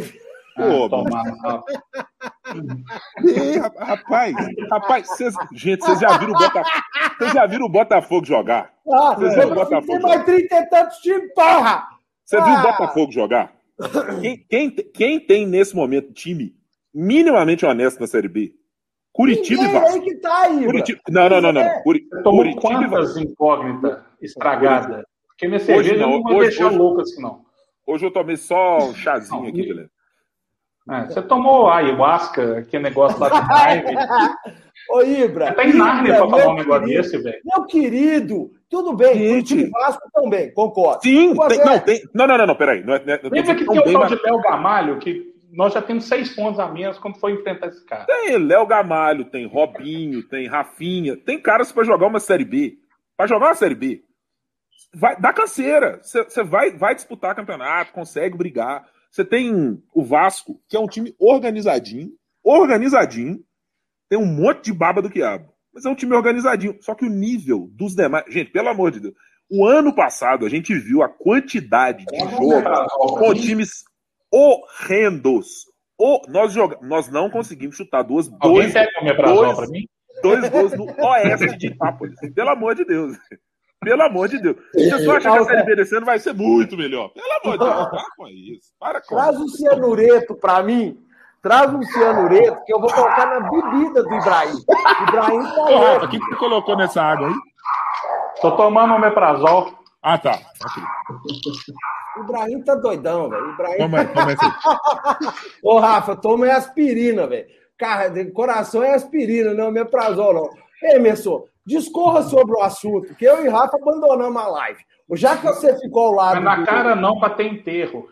[SPEAKER 4] Rapaz, vocês já viram o Botafogo? Vocês já viram o Botafogo jogar? Vocês viram o Botafogo
[SPEAKER 5] tem mais 30 e tantos times, porra!
[SPEAKER 4] Você viu o Botafogo jogar? Quem tem nesse momento time minimamente honesto na Série B? Curitiba e Vasco.
[SPEAKER 5] Aí que tá aí,
[SPEAKER 4] Não.
[SPEAKER 3] Você tomou quantas incógnitas estragadas? Porque minha cerveja não vai deixar louco assim, não.
[SPEAKER 4] Hoje eu tomei só um chazinho aqui, galera.
[SPEAKER 3] Você tomou ayahuasca, aquele negócio lá de raiva.
[SPEAKER 5] Ô, Ibra.
[SPEAKER 3] Você tá em Nárnia pra falar um negócio desse, velho.
[SPEAKER 5] Meu querido, tudo bem. Curitiba e Vasco também, concordo.
[SPEAKER 4] Sim, não, peraí.
[SPEAKER 3] Lembra que tem o tal de Léo Gamalho, que nós já temos 6 pontos a menos quando for enfrentar esse cara.
[SPEAKER 4] Tem Léo Gamalho, tem Robinho, tem Rafinha, tem caras pra jogar uma Série B. Pra jogar uma Série B, dá canseira. Você vai disputar campeonato, consegue brigar. Você tem o Vasco, que é um time organizadinho, tem um monte de baba do quiabo, mas é um time organizadinho. Só que o nível dos demais... Gente, pelo amor de Deus, o ano passado a gente viu a quantidade de jogos com times horrendos. Nós não conseguimos chutar dois gols no oeste de Itápolis. Pelo amor de Deus. Pelo amor de Deus. Você só acha que a Série B desse ano vai ser muito melhor. Pelo amor de Deus, para com isso.
[SPEAKER 5] Traz um cianureto pra mim. Traz um cianureto que eu vou colocar na bebida do Ibrahim. Ibrahim tá lá.
[SPEAKER 4] O que você colocou nessa água aí?
[SPEAKER 3] Tô tomando omeprazol.
[SPEAKER 4] Ah, tá.
[SPEAKER 5] O Ibrahim tá doidão, velho.
[SPEAKER 4] Toma aí.
[SPEAKER 5] Ô, Rafa, toma aspirina, velho. Cara, coração é aspirina, não é omeprazol, não. Emerson, discorra sobre o assunto, que eu e Rafa abandonamos a live. Já que você ficou ao lado...
[SPEAKER 3] Mas na cara não, para ter enterro.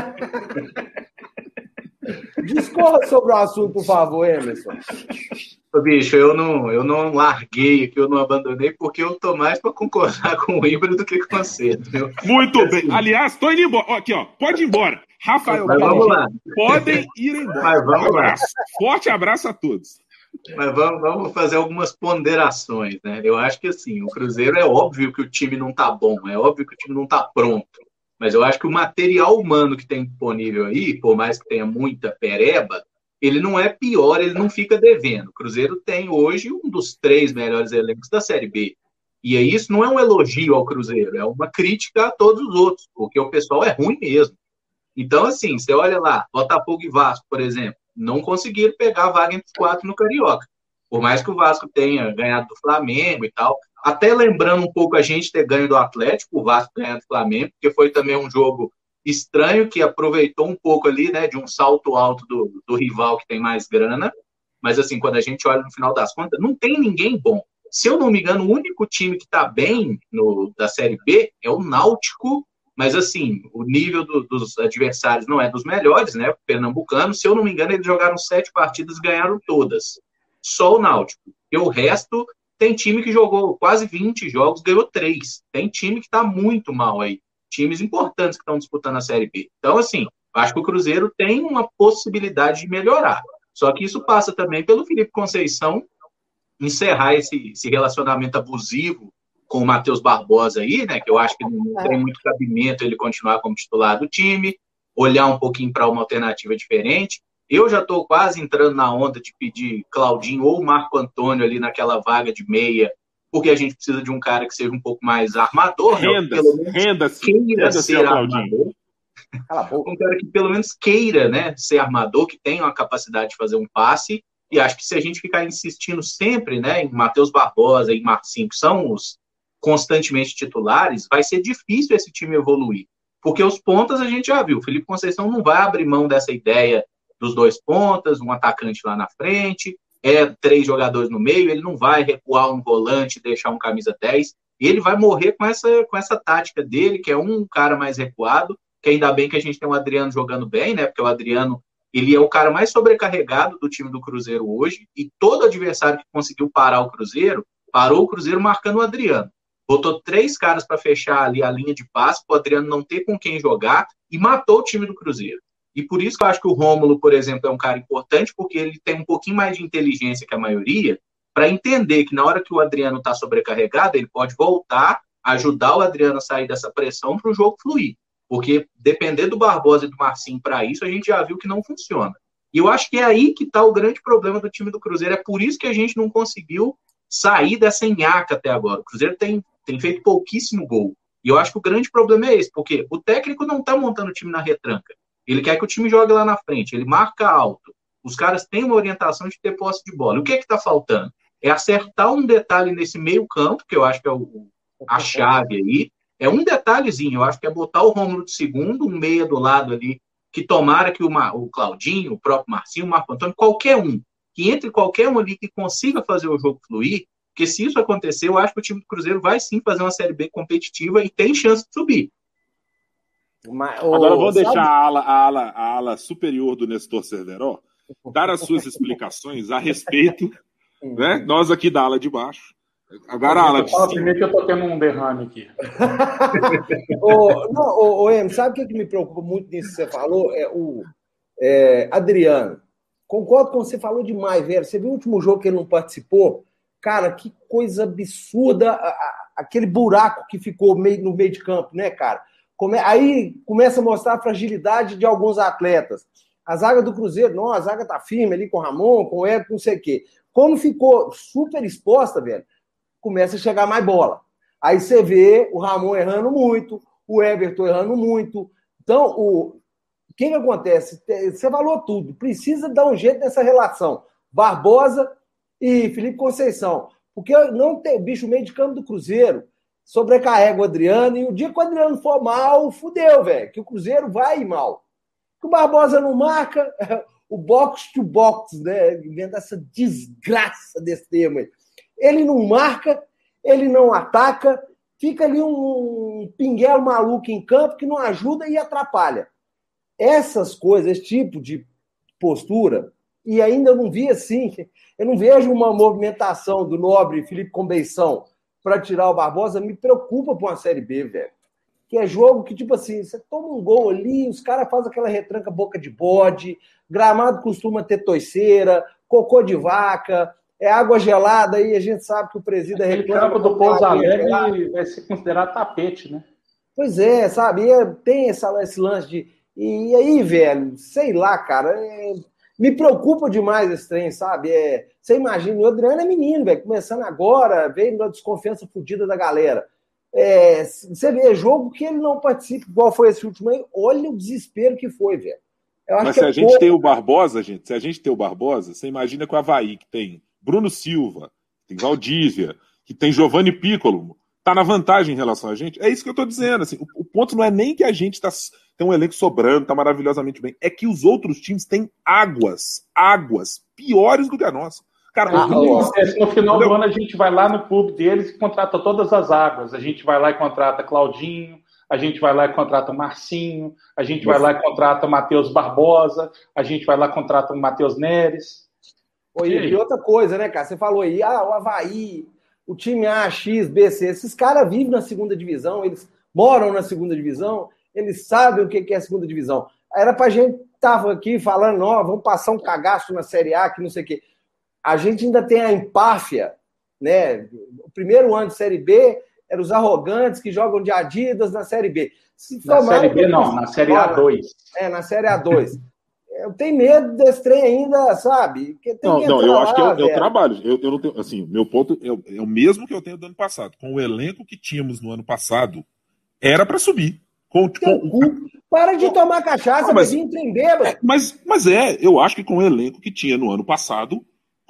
[SPEAKER 5] Discorra sobre o assunto, por favor, Emerson.
[SPEAKER 1] Bicho, eu não larguei aqui, eu não abandonei, porque eu tô mais para concordar com o Ibra do que com você. Viu?
[SPEAKER 4] Muito bem. Aliás, tô indo embora. Aqui, ó, pode ir embora. Rafael,
[SPEAKER 1] vamos lá.
[SPEAKER 4] Podem ir embora.
[SPEAKER 1] Mas vamos lá.
[SPEAKER 4] Forte abraço a todos.
[SPEAKER 1] Mas vamos fazer algumas ponderações, né? Eu acho que, assim, o Cruzeiro é óbvio que o time não tá bom, é óbvio que o time não tá pronto. Mas eu acho que o material humano que tem disponível aí, por mais que tenha muita pereba, ele não é pior, ele não fica devendo. O Cruzeiro tem hoje um dos 3 melhores elencos da Série B. E isso não é um elogio ao Cruzeiro, é uma crítica a todos os outros, porque o pessoal é ruim mesmo. Então, assim, você olha lá, Botafogo e Vasco, por exemplo, não conseguiram pegar a vaga entre os 4 no Carioca. Por mais que o Vasco tenha ganhado do Flamengo e tal, até lembrando um pouco a gente ter ganho do Atlético, o Vasco ganhando do Flamengo, porque foi também um jogo estranho que aproveitou um pouco ali, né, de um salto alto do rival que tem mais grana, mas assim, quando a gente olha no final das contas, não tem ninguém bom. Se eu não me engano, o único time que está bem da Série B é o Náutico, mas assim, o nível dos adversários não é dos melhores, né, o pernambucano, se eu não me engano, eles jogaram 7 partidas e ganharam todas. Só o Náutico. E o resto, tem time que jogou quase 20 jogos, ganhou 3. Tem time que está muito mal aí. Times importantes que estão disputando a Série B. Então, assim, acho que o Cruzeiro tem uma possibilidade de melhorar. Só que isso passa também pelo Felipe Conceição encerrar esse relacionamento abusivo com o Matheus Barbosa aí, né? Que eu acho que não tem muito cabimento ele continuar como titular do time, olhar um pouquinho para uma alternativa diferente. Eu já estou quase entrando na onda de pedir Claudinho ou Marco Antônio ali naquela vaga de meia, porque a gente precisa de um cara que seja um pouco mais armador,
[SPEAKER 4] Renda-se
[SPEAKER 1] queira ser armador. Um cara que pelo menos queira, né, ser armador, que tenha uma capacidade de fazer um passe, e acho que se a gente ficar insistindo sempre, né, em Matheus Barbosa e Marcinho, que são os constantemente titulares, vai ser difícil esse time evoluir, porque os pontas a gente já viu, o Felipe Conceição não vai abrir mão dessa ideia dos 2 pontas, um atacante lá na frente, 3 jogadores no meio, ele não vai recuar um volante e deixar um camisa 10, ele vai morrer com essa tática dele, que é um cara mais recuado, que ainda bem que a gente tem o Adriano jogando bem, né, porque o Adriano, ele é o cara mais sobrecarregado do time do Cruzeiro hoje, e todo adversário que conseguiu parar o Cruzeiro, parou o Cruzeiro marcando o Adriano. Botou 3 caras para fechar ali a linha de passe, para o Adriano não ter com quem jogar, e matou o time do Cruzeiro. E por isso que eu acho que o Rômulo, por exemplo, é um cara importante, porque ele tem um pouquinho mais de inteligência que a maioria, para entender que na hora que o Adriano está sobrecarregado, ele pode voltar, ajudar o Adriano a sair dessa pressão para o jogo fluir. Porque depender do Barbosa e do Marcinho para isso, a gente já viu que não funciona. E eu acho que é aí que está o grande problema do time do Cruzeiro. É por isso que a gente não conseguiu sair dessa nhaca até agora. O Cruzeiro tem feito pouquíssimo gol. E eu acho que o grande problema é esse, porque o técnico não está montando o time na retranca. Ele quer que o time jogue lá na frente, ele marca alto. Os caras têm uma orientação de ter posse de bola. E o que está faltando? É acertar um detalhe nesse meio campo, que eu acho que é a chave aí. É um detalhezinho, eu acho que é botar o Rômulo de segundo, um meia do lado ali, que tomara que o Claudinho, o próprio Marcinho, o Marco Antônio, qualquer um, que entre qualquer um ali que consiga fazer o jogo fluir, porque se isso acontecer, eu acho que o time do Cruzeiro vai sim fazer uma Série B competitiva e tem chance de subir.
[SPEAKER 4] Agora vou deixar a ala superior do Nestor Cerveró dar as suas explicações a respeito, né? Nós aqui da ala de baixo. Agora a ala de cima.
[SPEAKER 3] Primeiro que eu tô tendo um derrame aqui.
[SPEAKER 5] Sabe o que me preocupa muito nisso que você falou? Adriano. Concordo com você, falou demais, velho. Você viu o último jogo que ele não participou? Cara, que coisa absurda aquele buraco que ficou no meio de campo, né, cara? Aí começa a mostrar a fragilidade de alguns atletas. A zaga do Cruzeiro, a zaga tá firme ali com o Ramon, com o Everton, não sei o quê. Como ficou super exposta, velho, começa a chegar mais bola. Aí você vê o Ramon errando muito, o Everton errando muito. Então, o que acontece? Você falou tudo. Precisa dar um jeito nessa relação. Barbosa e Felipe Conceição. Porque não tem o bicho meio de campo do Cruzeiro sobrecarrega o Adriano, e o dia que o Adriano for mal, fudeu, velho, que o Cruzeiro vai mal. Que o Barbosa não marca, o box to box, né? Vendo essa desgraça desse termo aí. Ele não marca, ele não ataca, fica ali um pinguelo maluco em campo que não ajuda e atrapalha. Essas coisas, esse tipo de postura, e ainda não vi assim, eu não vejo uma movimentação do nobre Felipe Conceição para tirar o Barbosa, me preocupa para uma Série B, velho. Que é jogo que, tipo assim, você toma um gol ali, os caras fazem aquela retranca boca de bode, gramado costuma ter toiceira, cocô de vaca, água gelada, aí a gente sabe que o presídio...
[SPEAKER 3] Aquele campo do Pouso Alegre vai ser considerado tapete, né?
[SPEAKER 5] Pois é, sabe? Tem esse lance de... E aí, velho, sei lá, cara, me preocupa demais esse trem, sabe? Você imagina, o Adriano é menino, velho, começando agora, veio da desconfiança fodida da galera. Você vê jogo que ele não participa, igual foi esse último aí, olha o desespero que foi, velho.
[SPEAKER 4] Mas se a gente tem o Barbosa, se a gente tem o Barbosa, você imagina que o Avaí, que tem Bruno Silva, tem Valdívia, que tem Giovanni Piccolo, tá na vantagem em relação a gente. É isso que eu tô dizendo. Assim, o ponto não é nem que a gente tem um elenco sobrando, tá maravilhosamente bem. É que os outros times têm águas piores do que a nossa. Cara,
[SPEAKER 3] no final do ano a gente vai lá no clube deles e contrata todas as águas. A gente vai lá e contrata Claudinho, a gente vai lá e contrata o Marcinho, a gente vai lá e contrata o Matheus Barbosa, a gente vai lá e contrata o Matheus Neres.
[SPEAKER 5] E outra coisa, né, cara? Você falou aí, o Avaí, o time A, X, B, C, esses caras vivem na segunda divisão, eles moram na segunda divisão, eles sabem o que é a segunda divisão. Era pra gente tava aqui falando, vamos passar um cagaço na Série A, que não sei o quê. A gente ainda tem a empáfia, né? O primeiro ano de Série B eram os arrogantes que jogam de Adidas na Série B.
[SPEAKER 3] Na Série B não, na Série A2.
[SPEAKER 5] Na Série A2. Eu tenho medo desse trem ainda, sabe?
[SPEAKER 4] Eu acho que é o trabalho. Eu não tenho, assim, meu ponto é o mesmo que eu tenho do ano passado. Com o elenco que tínhamos no ano passado, era para subir.
[SPEAKER 5] Para de tomar cachaça, mas vir em trem bêbado.
[SPEAKER 4] Mas eu acho que com o elenco que tinha no ano passado,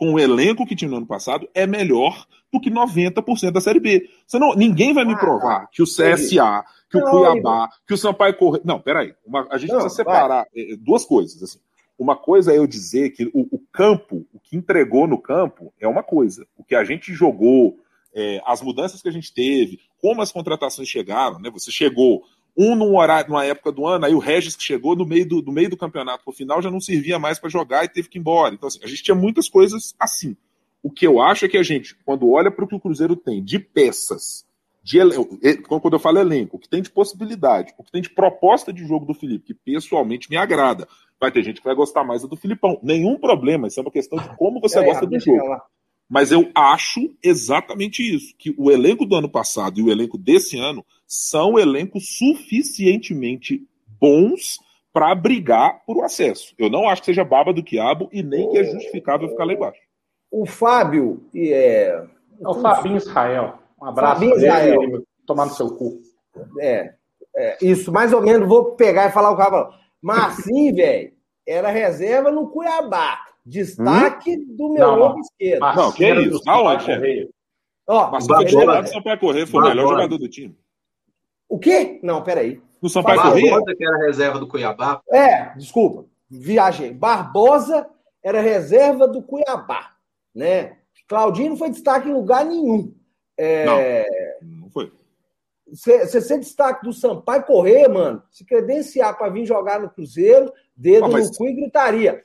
[SPEAKER 4] é melhor do que 90% da Série B. Ninguém vai me provar que o CSA, que o Cuiabá, que o Sampaio Corrêa... Não, peraí. A gente precisa separar duas coisas. Assim. Uma coisa é eu dizer que o campo, o que entregou no campo, é uma coisa. O que a gente jogou, as mudanças que a gente teve, como as contratações chegaram, né? Você chegou num horário, numa época do ano, aí o Regis que chegou no meio do campeonato pro final já não servia mais para jogar e teve que ir embora. Então, assim, a gente tinha muitas coisas assim. O que eu acho é que a gente, quando olha para o que o Cruzeiro tem de peças, quando eu falo elenco, o que tem de possibilidade, o que tem de proposta de jogo do Felipe, que pessoalmente me agrada, vai ter gente que vai gostar mais do Filipão. Nenhum problema, isso é uma questão de como você gosta do jogo. Mas eu acho exatamente isso, que o elenco do ano passado e o elenco desse ano são elencos suficientemente bons para brigar por o acesso. Eu não acho que seja baba do quiabo e nem que é justificável ficar lá embaixo.
[SPEAKER 5] O Fábio...
[SPEAKER 3] o Fabinho Israel. Um abraço
[SPEAKER 5] Fabinho
[SPEAKER 3] Israel. Tomar no seu cu.
[SPEAKER 5] Isso, mais ou menos, vou pegar e falar o cara. Marcinho, velho, era reserva no Cuiabá. Destaque do meu ombro esquerdo.
[SPEAKER 4] Não, que é isso? Aonde, chefe? Mas o Sampaio Corrêa foi o melhor jogador do time.
[SPEAKER 5] O quê? Não, peraí.
[SPEAKER 4] No Sampaio Corrêa?
[SPEAKER 1] Barbosa, que era reserva do Cuiabá.
[SPEAKER 5] Desculpa. Viajei. Barbosa era reserva do Cuiabá, né? Claudinho não foi destaque em lugar nenhum.
[SPEAKER 4] Não foi.
[SPEAKER 5] Você ser destaque do Sampaio Corrêa, mano, se credenciar para vir jogar no Cruzeiro, dedo no cu e gritaria.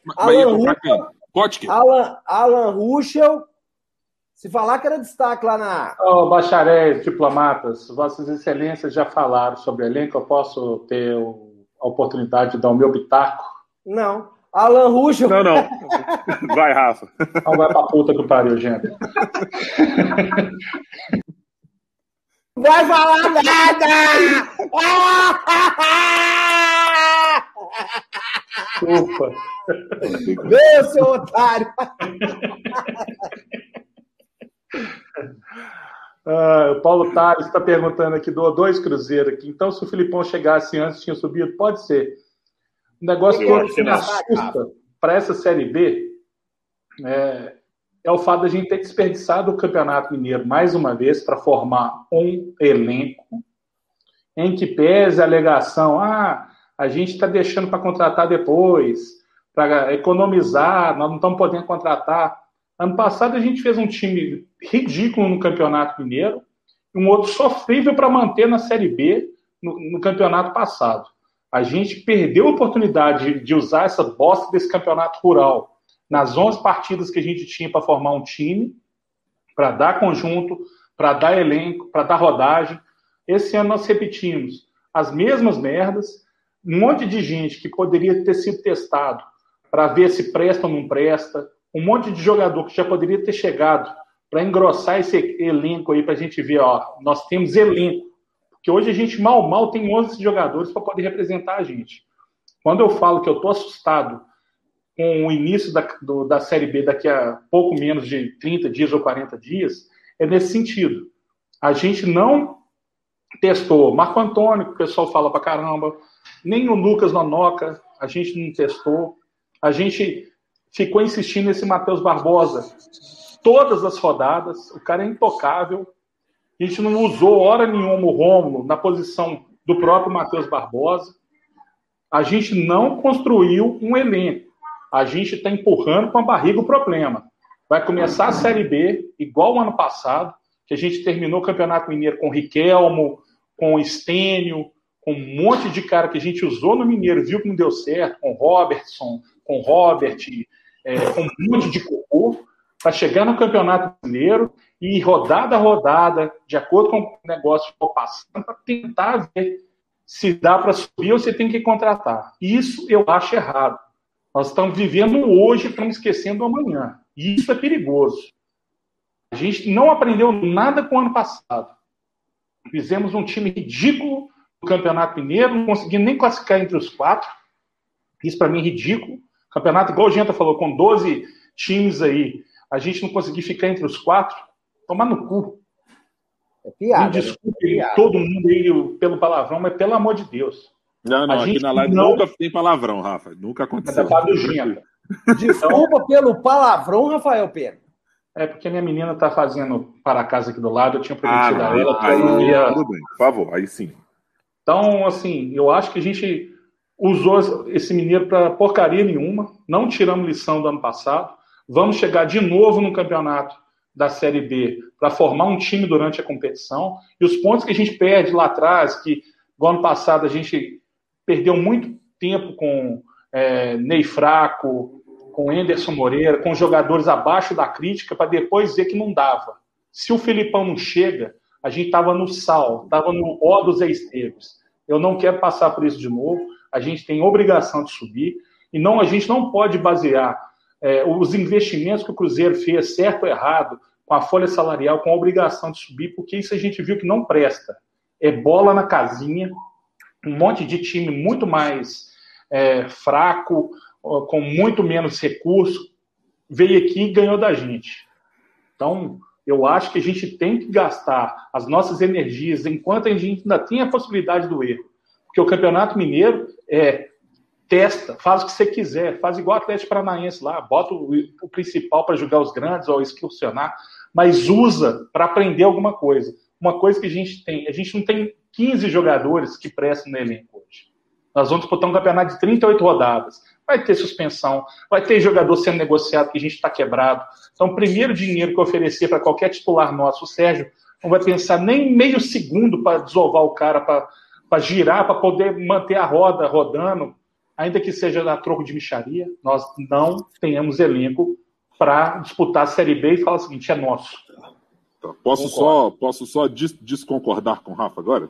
[SPEAKER 5] Alan Ruschel, se falar que era destaque lá na...
[SPEAKER 3] bacharéis, diplomatas, vossas excelências já falaram sobre o elenco, eu posso ter a oportunidade de dar o meu pitaco?
[SPEAKER 5] Não. Alan Ruschel...
[SPEAKER 4] Não. Vai, Rafa.
[SPEAKER 3] Não vai pra puta que pariu, gente.
[SPEAKER 5] Vai falar nada!
[SPEAKER 3] Desculpa.
[SPEAKER 5] Meu, seu otário!
[SPEAKER 3] O Paulo Tales está perguntando aqui, doou 2 cruzeiros aqui. Então, se o Filipão chegasse antes, tinha subido? Pode ser. O negócio que me assusta para essa Série B é o fato de a gente ter desperdiçado o Campeonato Mineiro mais uma vez para formar um elenco em que pese a alegação, a gente está deixando para contratar depois, para economizar, nós não estamos podendo contratar. Ano passado a gente fez um time ridículo no Campeonato Mineiro e um outro sofrível para manter na Série B no campeonato passado. A gente perdeu a oportunidade de usar essa bosta desse campeonato rural nas 11 partidas que a gente tinha para formar um time, para dar conjunto, para dar elenco, para dar rodagem. Esse ano nós repetimos as mesmas merdas, um monte de gente que poderia ter sido testado para ver se presta ou não presta, um monte de jogador que já poderia ter chegado para engrossar esse elenco aí para a gente ver, nós temos elenco, porque hoje a gente mal tem 11 jogadores para poder representar a gente. Quando eu falo que eu estou assustado com o início da Série B daqui a pouco menos de 30 dias ou 40 dias, é nesse sentido. A gente não testou Marco Antônio, que o pessoal fala pra caramba, nem o Lucas Nonoca, a gente não testou. A gente ficou insistindo nesse Matheus Barbosa. todas as rodadas, o cara é intocável. A gente não usou hora nenhuma o Rômulo na posição do próprio Matheus Barbosa. A gente não construiu um elenco. A gente está empurrando com a barriga o problema. Vai começar a Série B, igual o ano passado, que a gente terminou o Campeonato Mineiro com o Riquelmo, com o Estênio, com um monte de cara que a gente usou no Mineiro, viu que não deu certo, com o Robertson, com o Robert, com um monte de cocô, para chegar no Campeonato Mineiro e rodada a rodada, de acordo com o negócio que for passando, para tentar ver se dá para subir ou se tem que contratar. Isso eu acho errado. Nós estamos vivendo hoje, estamos esquecendo amanhã. E isso é perigoso. A gente não aprendeu nada com o ano passado. Fizemos um time ridículo no Campeonato Mineiro, não conseguimos nem classificar entre os 4. Isso para mim é ridículo. Campeonato, igual o Genta falou, com 12 times aí, a gente não conseguir ficar entre os 4, tomar no cu.
[SPEAKER 5] É piada.
[SPEAKER 3] Me desculpe todo mundo aí pelo palavrão, mas pelo amor de Deus.
[SPEAKER 4] Não, aqui na live nunca tem palavrão, Rafa. Nunca aconteceu.
[SPEAKER 5] Desculpa pelo palavrão, Rafael Pena.
[SPEAKER 3] É porque minha menina tá fazendo para a casa aqui do lado, eu tinha prometido a ela.
[SPEAKER 4] Tudo bem, por favor, aí sim.
[SPEAKER 3] Então, assim, eu acho que a gente usou esse Mineiro para porcaria nenhuma, não tiramos lição do ano passado, vamos chegar de novo no campeonato da Série B para formar um time durante a competição, e os pontos que a gente perde lá atrás, que no ano passado a gente perdeu muito tempo com Ney Fraco, com Anderson Moreira, com jogadores abaixo da crítica, para depois ver que não dava. Se o Felipão não chega, a gente estava no sal, estava no ó dos ex-termos. Eu não quero passar por isso de novo, a gente tem obrigação de subir, e a gente não pode basear os investimentos que o Cruzeiro fez, certo ou errado, com a folha salarial, com a obrigação de subir, porque isso a gente viu que não presta. É bola na casinha, um monte de time muito mais fraco, com muito menos recurso, veio aqui e ganhou da gente. Então, eu acho que a gente tem que gastar as nossas energias enquanto a gente ainda tem a possibilidade do erro. Porque o Campeonato Mineiro testa, faz o que você quiser, faz igual o Atlético Paranaense lá, bota o principal para jogar os grandes ou excursionar, mas usa para aprender alguma coisa. Uma coisa que a gente não tem 15 jogadores que prestam no elenco hoje. Nós vamos disputar um campeonato de 38 rodadas. Vai ter suspensão, vai ter jogador sendo negociado que a gente está quebrado. Então, o primeiro dinheiro que eu oferecer para qualquer titular nosso, o Sérgio, não vai pensar nem meio segundo para desovar o cara, para girar, para poder manter a roda rodando, ainda que seja a troco de mixaria. Nós não tenhamos elenco para disputar a Série B e falar o seguinte, é nosso.
[SPEAKER 4] Posso só desconcordar com o Rafa agora?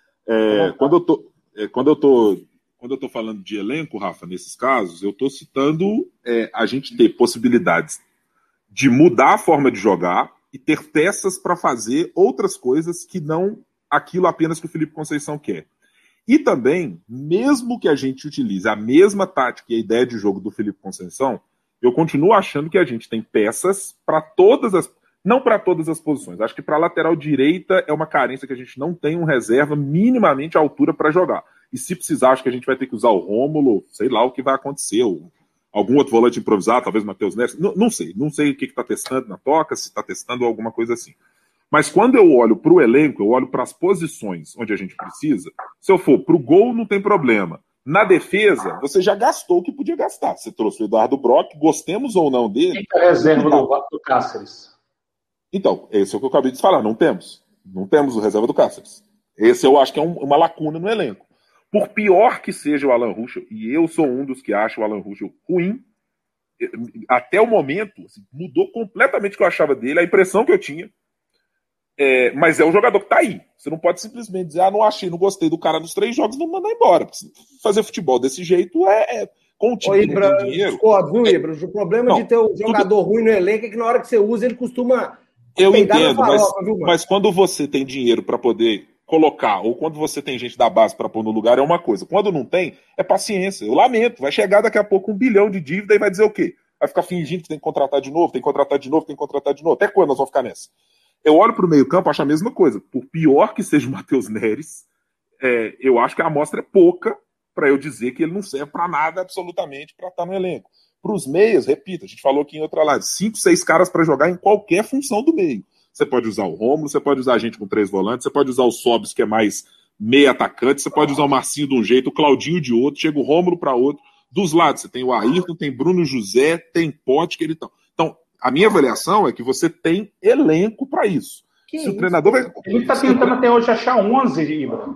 [SPEAKER 4] Quando eu tô falando de elenco, Rafa, nesses casos, eu estou citando a gente ter possibilidades de mudar a forma de jogar e ter peças para fazer outras coisas que não aquilo apenas que o Felipe Conceição quer. E também, mesmo que a gente utilize a mesma tática e a ideia de jogo do Felipe Conceição, eu continuo achando que a gente tem peças para não para todas as posições. Acho que para a lateral direita é uma carência que a gente não tem um reserva minimamente à altura para jogar. E se precisar, acho que a gente vai ter que usar o Rômulo, sei lá o que vai acontecer, ou algum outro volante improvisado, talvez o Matheus Neres, não sei o que está testando na toca, se está testando alguma coisa assim. Mas quando eu olho para o elenco, eu olho para as posições onde a gente precisa, se eu for para o gol, não tem problema. Na defesa, você já gastou o que podia gastar. Você trouxe o Eduardo Brock, gostemos ou não dele.
[SPEAKER 3] Quem é a reserva do Cáceres?
[SPEAKER 4] Então, esse é o que eu acabei de falar, não temos. Não temos o reserva do Cáceres. Esse eu acho que é uma lacuna no elenco. Por pior que seja o Alan Ruschel, e eu sou um dos que acha o Alan Ruschel ruim, até o momento, assim, mudou completamente o que eu achava dele, a impressão que eu tinha. Mas é um jogador que tá aí. Você não pode simplesmente dizer, não achei, não gostei do cara nos 3 jogos, não mandar embora. Fazer futebol desse jeito com o time que tem dinheiro.
[SPEAKER 5] Discordo, viu, Ibra? O problema de ter um jogador ruim no elenco é que na hora que você usa, ele costuma.
[SPEAKER 4] Eu entendo, mas quando você tem dinheiro para poder colocar, ou quando você tem gente da base para pôr no lugar, é uma coisa. Quando não tem, é paciência. Eu lamento. Vai chegar daqui a pouco 1 bilhão de dívida e vai dizer o quê? Vai ficar fingindo que tem que contratar de novo, tem que contratar de novo, tem que contratar de novo. Até quando nós vamos ficar nessa? Eu olho para o meio-campo e acho a mesma coisa. Por pior que seja o Matheus Neres, eu acho que a amostra é pouca para eu dizer que ele não serve para nada absolutamente para estar no elenco. Para os meias, repito, a gente falou aqui em outra live, 5, 6 caras para jogar em qualquer função do meio. Você pode usar o Rômulo, você pode usar a gente com 3 volantes, você pode usar o Sobis, que é mais meio atacante, você pode usar o Marcinho de um jeito, o Claudinho de outro, chega o Rômulo para outro. Dos lados, você tem o Ayrton, tem Bruno José, tem Potker e tal. Então, a minha avaliação é que você tem elenco para isso. Se o treinador vai...
[SPEAKER 3] Ele está tentando até hoje achar 11, Ibra.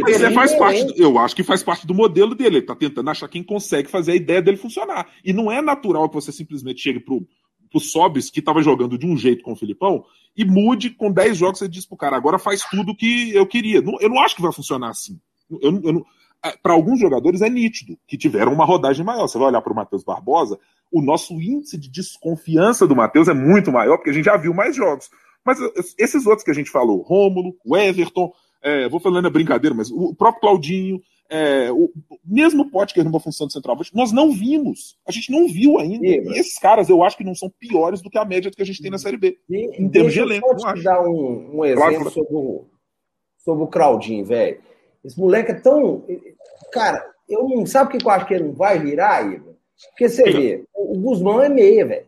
[SPEAKER 4] Eu acho que faz parte do modelo dele. Ele está tentando achar quem consegue fazer a ideia dele funcionar. E não é natural que você simplesmente chegue pro Sobis, que estava jogando de um jeito com o Filipão, e mude com 10 jogos, você diz pro cara, agora faz tudo que eu queria. Eu não acho que vai funcionar assim. Para alguns jogadores é nítido que tiveram uma rodagem maior. Você vai olhar para o Matheus Barbosa, o nosso índice de desconfiança do Matheus é muito maior, porque a gente já viu mais jogos. Mas esses outros que a gente falou, Rômulo, o Everton, vou falando a brincadeira, mas o próprio Claudinho, mesmo o Potker numa função de centroavante, nós não vimos. A gente não viu ainda. E esses caras eu acho que não são piores do que a média que a gente tem na Série B. Em termos de elenco,
[SPEAKER 5] eu vou te dar um exemplo sobre o Claudinho, velho. Esse moleque é tão... Cara, eu não... Sabe o que eu acho que ele não vai virar, Igor? Porque você vê, o Guzmão é meia, velho.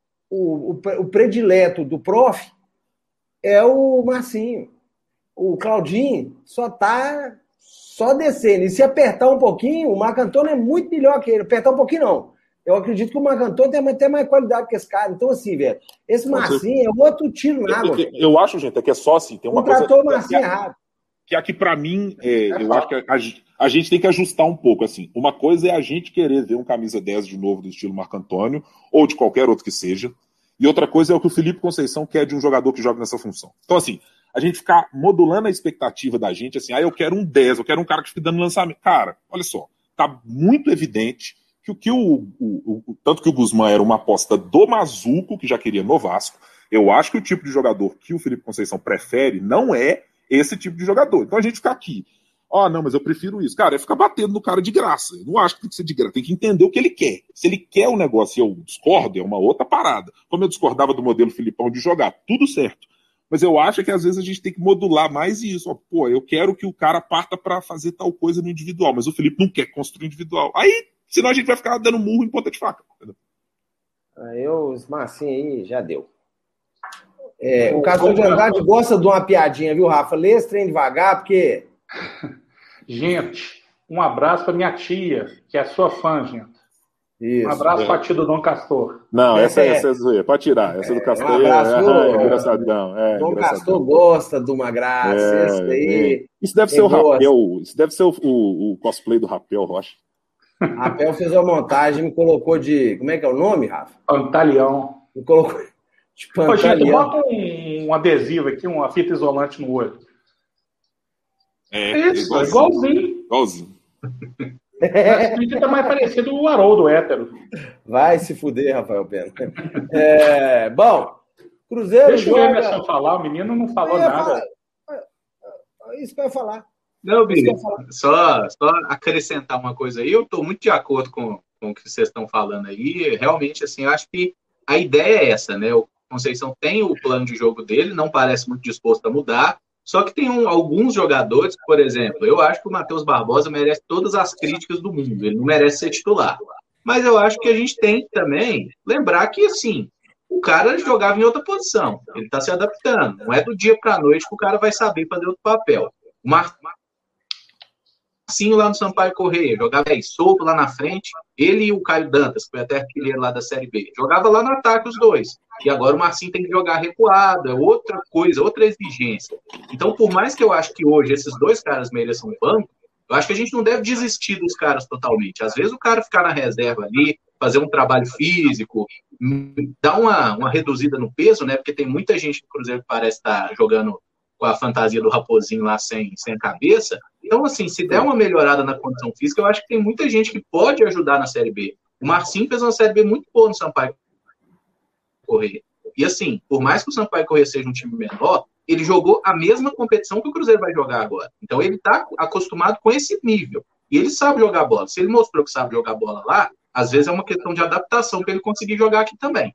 [SPEAKER 5] O predileto do prof é o Marcinho. O Claudinho só descendo. E se apertar um pouquinho, o Marco Antônio é muito melhor que ele. Apertar um pouquinho, não. Eu acredito que o Marco Antônio tem até mais qualidade que esse cara. Então, assim, velho, esse Marcinho é outro tiro na água.
[SPEAKER 4] Eu acho, gente, que é só assim. Tem uma coisa...
[SPEAKER 5] Contratou o Marcinho errado.
[SPEAKER 4] Que aqui, para mim, eu acho que a gente tem que ajustar um pouco. Assim. Uma coisa é a gente querer ver um camisa 10 de novo do estilo Marco Antônio, ou de qualquer outro que seja. E outra coisa é o que o Felipe Conceição quer de um jogador que joga nessa função. Então, assim, a gente ficar modulando a expectativa da gente, assim, eu quero um 10, eu quero um cara que fique dando lançamento. Cara, olha só, tá muito evidente que tanto que o Guzmán era uma aposta do Mazuco, que já queria no Vasco. Eu acho que o tipo de jogador que o Felipe Conceição prefere não é esse tipo de jogador. Então a gente fica aqui. Não, mas eu prefiro isso. Cara, é ficar batendo no cara de graça. Eu não acho que tem que ser de graça. Tem que entender o que ele quer. Se ele quer o negócio e eu discordo, é uma outra parada. Como eu discordava do modelo Filipão de jogar, tudo certo. Mas eu acho que às vezes a gente tem que modular mais isso. Eu quero que o cara parta para fazer tal coisa no individual, mas o Felipe não quer construir individual. Aí, senão a gente vai ficar dando murro em ponta de faca.
[SPEAKER 5] Esse Marcinho aí já deu. O Castor de Andrade gosta de uma piadinha, viu, Rafa? Lê esse trem devagar, porque...
[SPEAKER 3] Gente, um abraço para minha tia, que é sua fã, gente.
[SPEAKER 5] Isso,
[SPEAKER 3] um abraço para a tia do Dom Castor.
[SPEAKER 4] Não, essa é zoeira, pode tirar. Essa do Castor é engraçadão.
[SPEAKER 5] Dom Castor gosta de uma graça. Esse daí.
[SPEAKER 4] Isso deve ser o Rapel. Isso deve ser o cosplay do Rapel Rocha.
[SPEAKER 5] Rapel fez uma montagem, me colocou de. Como é que é o nome, Rafa?
[SPEAKER 3] Pantaleão.
[SPEAKER 5] Me colocou de Pantaleão.
[SPEAKER 3] Gente, bota um adesivo aqui, uma fita isolante no olho. Isso, igualzinho. Mas fica mais parecido o Haroldo hétero.
[SPEAKER 5] Vai se fuder, Rafael Pena. Bom, Cruzeiro.
[SPEAKER 3] Deixa o Emerson falar, o menino não falou nada.
[SPEAKER 5] Isso que eu ia falar.
[SPEAKER 1] Não, Billy, só acrescentar uma coisa aí. Eu estou muito de acordo com o que vocês estão falando aí. Realmente, assim, eu acho que a ideia é essa, né? O Conceição tem o plano de jogo dele, não parece muito disposto a mudar. Só que tem alguns jogadores, por exemplo, eu acho que o Matheus Barbosa merece todas as críticas do mundo, ele não merece ser titular. Mas eu acho que a gente tem que também lembrar que, assim, o cara jogava em outra posição, ele está se adaptando, não é do dia para a noite que o cara vai saber fazer outro papel. O Marcinho lá no Sampaio Correia, jogava solto lá na frente, ele e o Caio Dantas, que foi até artilheiro lá da Série B, jogava lá no ataque os dois. E agora o Marcinho tem que jogar recuado, é outra coisa, outra exigência. Então, por mais que eu acho que hoje esses dois caras mereçam um banco, eu acho que a gente não deve desistir dos caras totalmente. Às vezes o cara ficar na reserva ali, fazer um trabalho físico, dar uma reduzida no peso, né? Porque tem muita gente no Cruzeiro que parece estar jogando com a fantasia do Raposinho lá sem a cabeça. Então, assim, se der uma melhorada na condição física, eu acho que tem muita gente que pode ajudar na Série B. O Marcinho fez uma Série B muito boa no Sampaio Correia. E assim, por mais que o Sampaio Correia seja um time menor, ele jogou a mesma competição que o Cruzeiro vai jogar agora. Então ele está acostumado com esse nível. E ele sabe jogar bola. Se ele mostrou que sabe jogar bola lá, às vezes é uma questão de adaptação para ele conseguir jogar aqui também.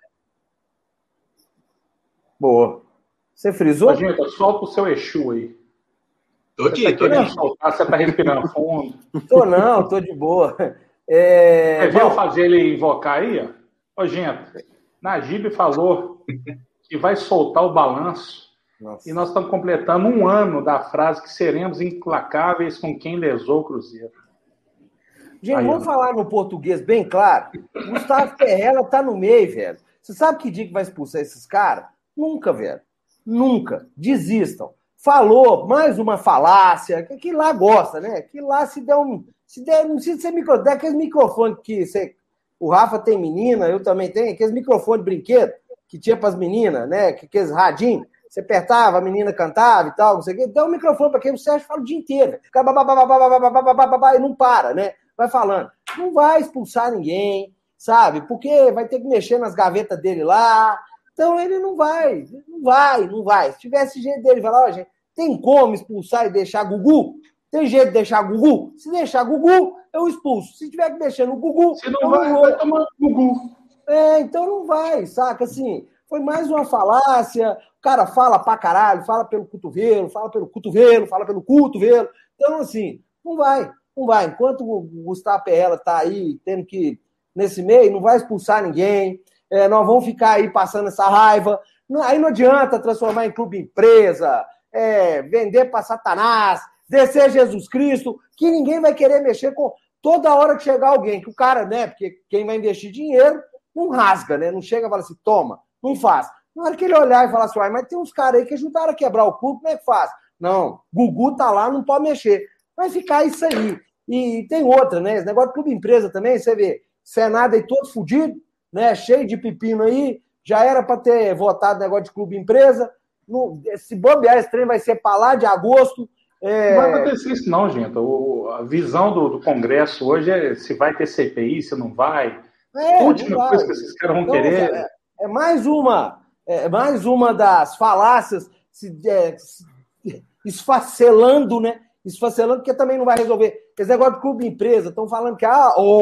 [SPEAKER 5] Boa. Você frisou?
[SPEAKER 3] Gente, solta o seu Exu aí.
[SPEAKER 1] Tô aqui.
[SPEAKER 3] Você tá respirando fundo?
[SPEAKER 5] Tô de boa.
[SPEAKER 3] Você viu fazer ele invocar aí? Ó, gente, Najib falou que vai soltar o balanço. Nossa. E nós estamos completando 1 ano da frase que seremos implacáveis com quem lesou o Cruzeiro.
[SPEAKER 5] Gente, aí, vamos falar no português bem claro. Gustavo Perrella tá no meio, velho. Você sabe que dia que vai expulsar esses caras? Nunca, velho. Nunca. Desistam. Falou, mais uma falácia, que lá gosta, né? Que lá se der um... não precisa ser microfone, dá aqueles microfones que o Rafa tem menina, eu também tenho, aqueles microfones de brinquedo que tinha para as meninas, né? Aqueles radinhos, você apertava, a menina cantava e tal, não sei o quê. Dá um microfone para quem o Sérgio fala o dia inteiro. Fica e não para, né? Vai falando. Não vai expulsar ninguém, sabe? Porque vai ter que mexer nas gavetas dele lá. Então ele não vai. Se tivesse jeito dele falar, ó, gente, tem como expulsar e deixar Gugu? Tem jeito de deixar Gugu? Se deixar Gugu, eu expulso. Se tiver que mexer no Gugu,
[SPEAKER 3] se não vai tomar Gugu.
[SPEAKER 5] Então não vai, saca? Assim, foi mais uma falácia. O cara fala pra caralho, fala pelo cotovelo, fala pelo cotovelo. Então, assim, não vai. Enquanto o Gustavo Perrella tá aí tendo que, nesse meio, não vai expulsar ninguém. Nós vamos ficar aí passando essa raiva. Aí não adianta transformar em clube empresa, vender para Satanás, descer Jesus Cristo, que ninguém vai querer mexer com toda hora que chegar alguém, que o cara, né, porque quem vai investir dinheiro não rasga, né, não chega e fala assim, toma, não faz. Na hora que ele olhar e falar assim, mas tem uns caras aí que ajudaram a quebrar o clube, como é que faz? Não, Gugu tá lá, não pode mexer. Vai ficar isso aí. E tem outra, né, esse negócio de clube empresa também, você vê, Senado aí todo fudido, né, cheio de pepino aí, já era para ter votado negócio de clube empresa, se bobear, esse trem vai ser para lá de agosto.
[SPEAKER 3] Não vai acontecer isso não, gente. A visão do Congresso hoje é se vai ter CPI, se não vai. A última coisa que esses caras vão querer...
[SPEAKER 5] É mais uma das falácias esfacelando, né? Esfacelando, porque também não vai resolver. Esse negócio de clube empresa, estão falando que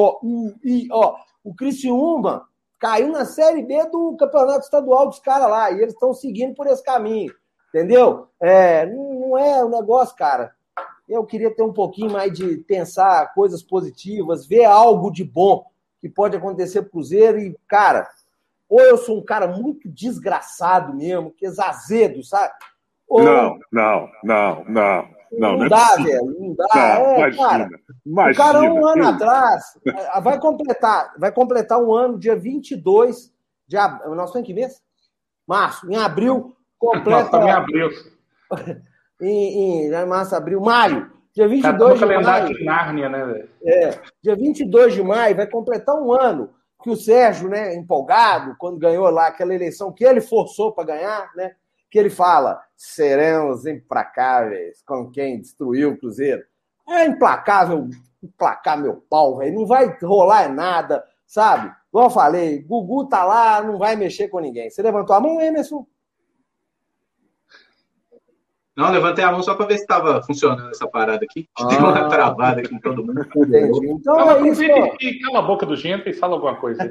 [SPEAKER 5] o Criciúma caiu na Série B do Campeonato Estadual dos caras lá, e eles estão seguindo por esse caminho, entendeu? Não é o negócio, cara. Eu queria ter um pouquinho mais de pensar coisas positivas, ver algo de bom que pode acontecer pro Cruzeiro, e, cara, ou eu sou um cara muito desgraçado mesmo, que azedo, sabe? Ou...
[SPEAKER 4] Não
[SPEAKER 5] Não dá, velho, não dá.
[SPEAKER 4] Imagina.
[SPEAKER 5] O cara, 1 ano atrás, vai completar 1 ano, dia 22 de abril. Nós estamos em que mês? Março. Em abril, completa...
[SPEAKER 3] Nós estamos em abril.
[SPEAKER 5] em março, abril, maio. Dia 22 de maio.
[SPEAKER 3] De Nárnia, né, velho?
[SPEAKER 5] Dia 22 de maio vai completar 1 ano que o Sérgio, né, empolgado, quando ganhou lá aquela eleição que ele forçou para ganhar, né? Que ele fala, seremos implacáveis com quem destruiu o Cruzeiro. É implacável, emplacar meu pau, velho. Não vai rolar nada, sabe? Igual eu falei, Gugu tá lá, não vai mexer com ninguém. Você levantou a mão, Emerson?
[SPEAKER 1] Não, levantei a mão só para ver se estava funcionando essa parada aqui. Deu uma travada aqui em todo mundo.
[SPEAKER 5] Entendi. Então é isso.
[SPEAKER 3] E cala a boca do gente e fala alguma coisa.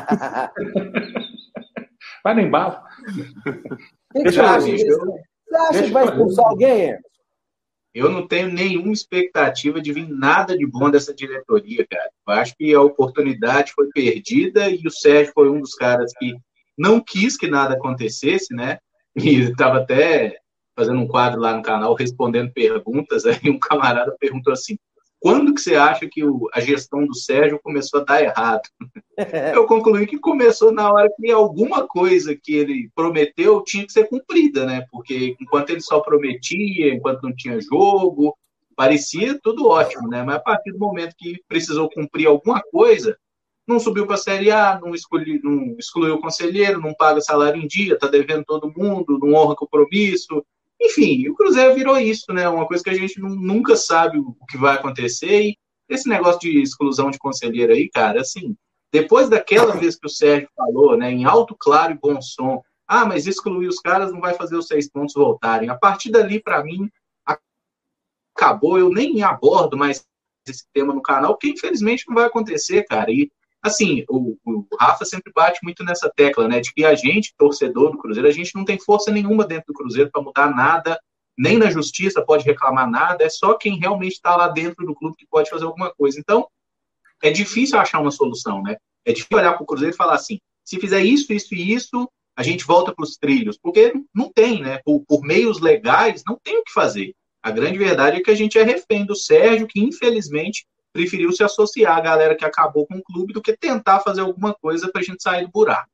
[SPEAKER 3] Vai no embalo.
[SPEAKER 5] O que você acha? Você acha que vai expulsar alguém?
[SPEAKER 1] Eu não tenho nenhuma expectativa de vir nada de bom dessa diretoria, cara. Eu acho que a oportunidade foi perdida e o Sérgio foi um dos caras que não quis que nada acontecesse, né? E estava até fazendo um quadro lá no canal, respondendo perguntas, aí um camarada perguntou assim, quando que você acha que a gestão do Sérgio começou a dar errado? Eu concluí que começou na hora que alguma coisa que ele prometeu tinha que ser cumprida, né? Porque enquanto ele só prometia, enquanto não tinha jogo, parecia tudo ótimo, né? Mas a partir do momento que precisou cumprir alguma coisa, não subiu para a Série A, não excluiu o conselheiro, não paga salário em dia, está devendo todo mundo, não honra compromisso. Enfim, o Cruzeiro virou isso, né? Uma coisa que a gente nunca sabe o que vai acontecer. E esse negócio de exclusão de conselheiro aí, cara, assim, depois daquela vez que o Sérgio falou, né, em alto, claro e bom som, mas excluir os caras não vai fazer os 6 pontos voltarem. A partir dali, para mim, acabou. Eu nem abordo mais esse tema no canal, porque infelizmente não vai acontecer, cara. E assim, o Rafa sempre bate muito nessa tecla, né, de que a gente, torcedor do Cruzeiro, a gente não tem força nenhuma dentro do Cruzeiro para mudar nada, nem na justiça pode reclamar nada, é só quem realmente está lá dentro do clube que pode fazer alguma coisa. Então, é difícil achar uma solução, né? É difícil olhar para o Cruzeiro e falar assim, se fizer isso, isso e isso, a gente volta para os trilhos, porque não tem, né? Por meios legais, não tem o que fazer. A grande verdade é que a gente é refém do Sérgio, que infelizmente preferiu se associar à galera que acabou com o clube do que tentar fazer alguma coisa para a gente sair do buraco.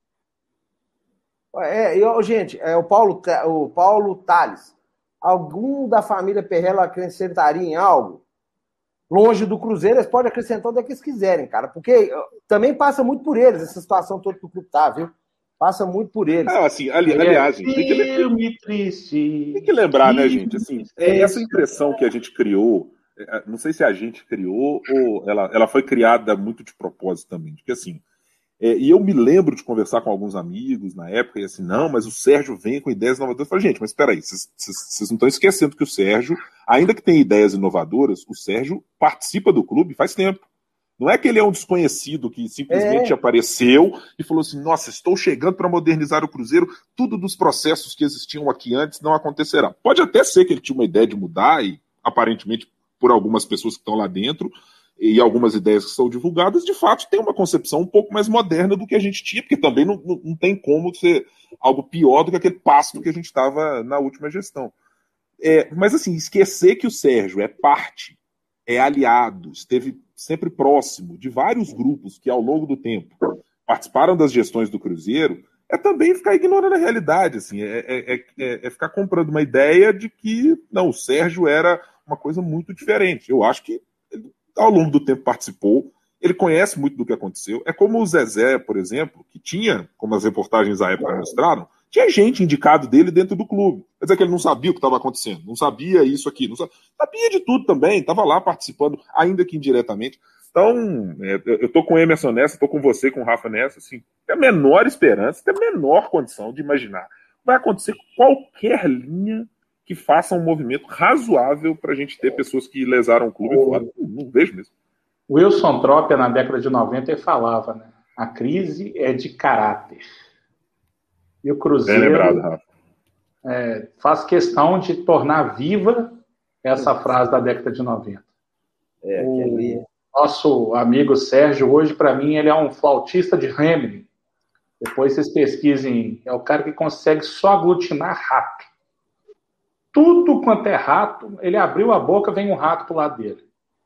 [SPEAKER 5] Gente, o Paulo Tales, algum da família Perrella acrescentaria em algo? Longe do Cruzeiro, eles podem acrescentar onde é que eles quiserem, cara, porque também passa muito por eles, essa situação toda que o clube tá, viu? Passa muito por eles.
[SPEAKER 4] Assim, aliás, gente, tem que lembrar, né, gente? Assim, essa impressão que a gente criou, não sei se a gente criou ou ela foi criada muito de propósito também, porque assim, e eu me lembro de conversar com alguns amigos na época, e assim, não, mas o Sérgio vem com ideias inovadoras. Eu falei, gente, mas espera aí, vocês não estão esquecendo que o Sérgio, ainda que tenha ideias inovadoras, o Sérgio participa do clube faz tempo. Não é que ele é um desconhecido que simplesmente apareceu e falou assim, nossa, estou chegando para modernizar o Cruzeiro, tudo dos processos que existiam aqui antes não acontecerá. Pode até ser que ele tinha uma ideia de mudar, e aparentemente por algumas pessoas que estão lá dentro, e algumas ideias que são divulgadas, de fato, tem uma concepção um pouco mais moderna do que a gente tinha, porque também não tem como ser algo pior do que aquele passo que a gente estava na última gestão. Mas, assim, esquecer que o Sérgio é parte, é aliado, esteve sempre próximo de vários grupos que, ao longo do tempo, participaram das gestões do Cruzeiro, é também ficar ignorando a realidade, assim, é ficar comprando uma ideia de que, não, o Sérgio era uma coisa muito diferente. Eu acho que ao longo do tempo participou, ele conhece muito do que aconteceu. É como o Zezé, por exemplo, que tinha, como as reportagens da época mostraram, tinha gente indicado dele dentro do clube. Quer dizer que ele não sabia o que estava acontecendo, não sabia isso aqui, sabia de tudo também, estava lá participando, ainda que indiretamente. Então, eu estou com o Emerson nessa, estou com você, com o Rafa nessa, assim, tem a menor esperança, tem a menor condição de imaginar. Vai acontecer qualquer linha que faça um movimento razoável para a gente ter pessoas que lesaram o clube fora. Não vejo mesmo.
[SPEAKER 3] O Wilson Tropia, na década de 90, ele falava, né? A crise é de caráter. E o Cruzeiro
[SPEAKER 4] lembrado, Rafa.
[SPEAKER 3] Faz questão de tornar viva essa frase da década de 90. Nosso amigo Sérgio, hoje, para mim, ele é um flautista de Hamelin. Depois vocês pesquisem. É o cara que consegue só aglutinar rato. Tudo quanto é rato, ele abriu a boca, vem um rato pro lado dele.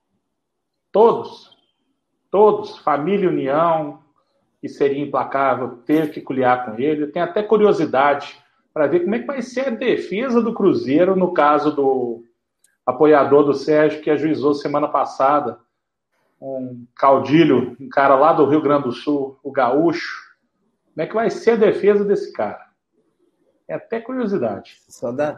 [SPEAKER 3] Todos, família e União, que seria implacável, teve que culiar com ele. Eu tenho até curiosidade para ver como é que vai ser a defesa do Cruzeiro no caso do apoiador do Sérgio, que ajuizou semana passada, um caudilho, um cara lá do Rio Grande do Sul, o Gaúcho. Como é que vai ser a defesa desse cara? É até curiosidade.
[SPEAKER 5] Só dá...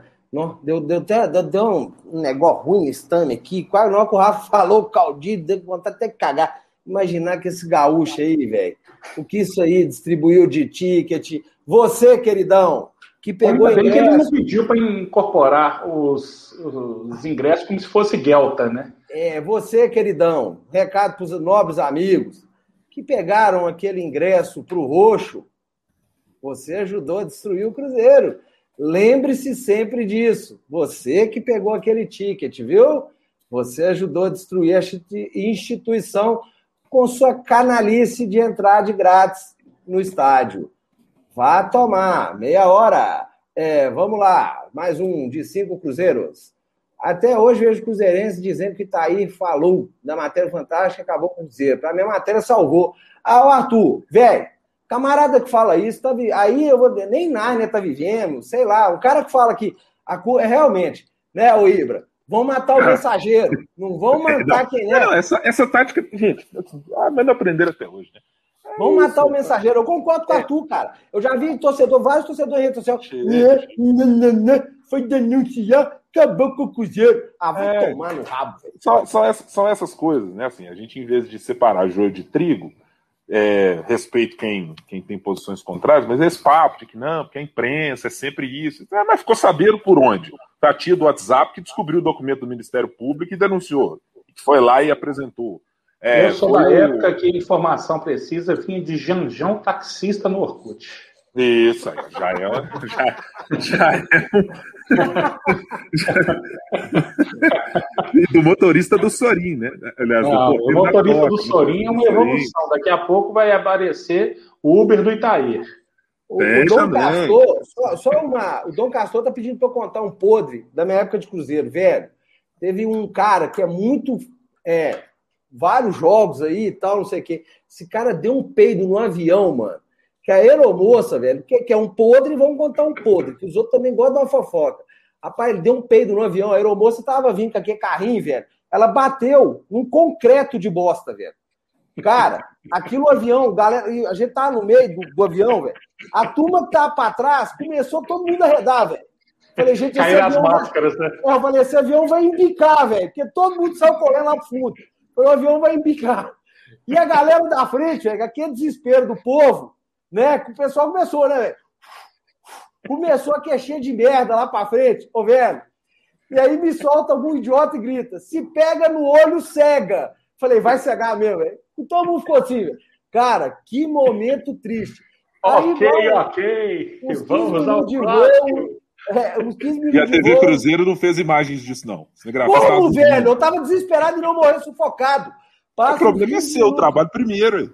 [SPEAKER 5] Deu um negócio ruim esse time aqui. Quase na hora que o Rafa falou o caudilho, deu vontade até de cagar. Imaginar que esse gaúcho aí, velho, o que isso aí distribuiu de ticket. Você, queridão, que pegou ingresso...
[SPEAKER 3] que ele não pediu para incorporar os ingressos como se fosse Guelta, né?
[SPEAKER 5] Você, queridão, recado para os nobres amigos que pegaram aquele ingresso para o roxo, você ajudou a destruir o Cruzeiro. Lembre-se sempre disso. Você que pegou aquele ticket, viu? Você ajudou a destruir a instituição com sua canalice de entrar de grátis no estádio. Vá tomar. Meia hora. Vamos lá. Mais um de 5 cruzeiros. Até hoje vejo cruzeirense dizendo que Thaí falou da matéria fantástica e acabou com dizer. Para mim, a matéria salvou. O Arthur, velho, camarada que fala isso, aí eu vou nem Nárnia tá vivendo, sei lá, um cara que fala que realmente, né, o Ibra, vão matar o mensageiro, não vão matar quem é.
[SPEAKER 4] Não, essa tática, gente, mas não aprenderam até hoje, né?
[SPEAKER 5] Vão matar o mensageiro, eu concordo com o Arthur, cara. Eu já vi vários torcedores em rede social, foi denunciar, acabou com o Cruzeiro. Vai tomar no rabo, velho.
[SPEAKER 4] São essas coisas, né, assim, a gente, em vez de separar joio de trigo, respeito quem tem posições contrárias, mas esse papo de que não, porque a imprensa é sempre isso. Mas ficou sabendo por onde? A tia do WhatsApp que descobriu o documento do Ministério Público e denunciou. Que foi lá e apresentou.
[SPEAKER 3] Eu sou da época que a informação precisa vinha de Janjão taxista no Orkut.
[SPEAKER 4] Isso aí, já é E do motorista do Sorin, né? Aliás,
[SPEAKER 3] o motorista do Sorin é uma evolução. Daqui a pouco vai aparecer o Uber do Itaí.
[SPEAKER 5] O Dom Castor, o Dom Castor tá pedindo para eu contar um podre da minha época de Cruzeiro, velho. Teve um cara que é muito... vários jogos aí e tal, não sei o quê. Esse cara deu um peido no avião, mano. Que a aeromoça, velho, que é um podre, vamos contar um podre, que os outros também gostam de uma fofoca. Rapaz, ele deu um peido no avião, a aeromoça tava vindo com aquele carrinho, velho. Ela bateu num concreto de bosta, velho. Cara, aquilo o avião, galera, a gente tava no meio do avião, velho. A turma que tava pra trás começou todo mundo a arredar, velho. Falei, gente, esse avião. As máscaras, né? Eu falei, esse avião vai embicar, velho, porque todo mundo saiu correndo lá pro fundo. Falei, o avião vai embicar. E a galera da frente, velho, aquele desespero do povo, né? Que o pessoal começou, né, velho? Começou a queixinha de merda lá pra frente, ô, velho. E aí me solta algum idiota e grita: se pega no olho, cega. Falei, vai cegar mesmo, velho. E todo mundo ficou assim, velho. Cara, que momento triste.
[SPEAKER 3] Ok. Vamos ao
[SPEAKER 5] de voo. Uns 15 minutos
[SPEAKER 4] e a TV Cruzeiro não fez imagens disso, não.
[SPEAKER 5] Como, velho? Eu tava desesperado e não morrer sufocado.
[SPEAKER 4] O problema é seu, o trabalho primeiro.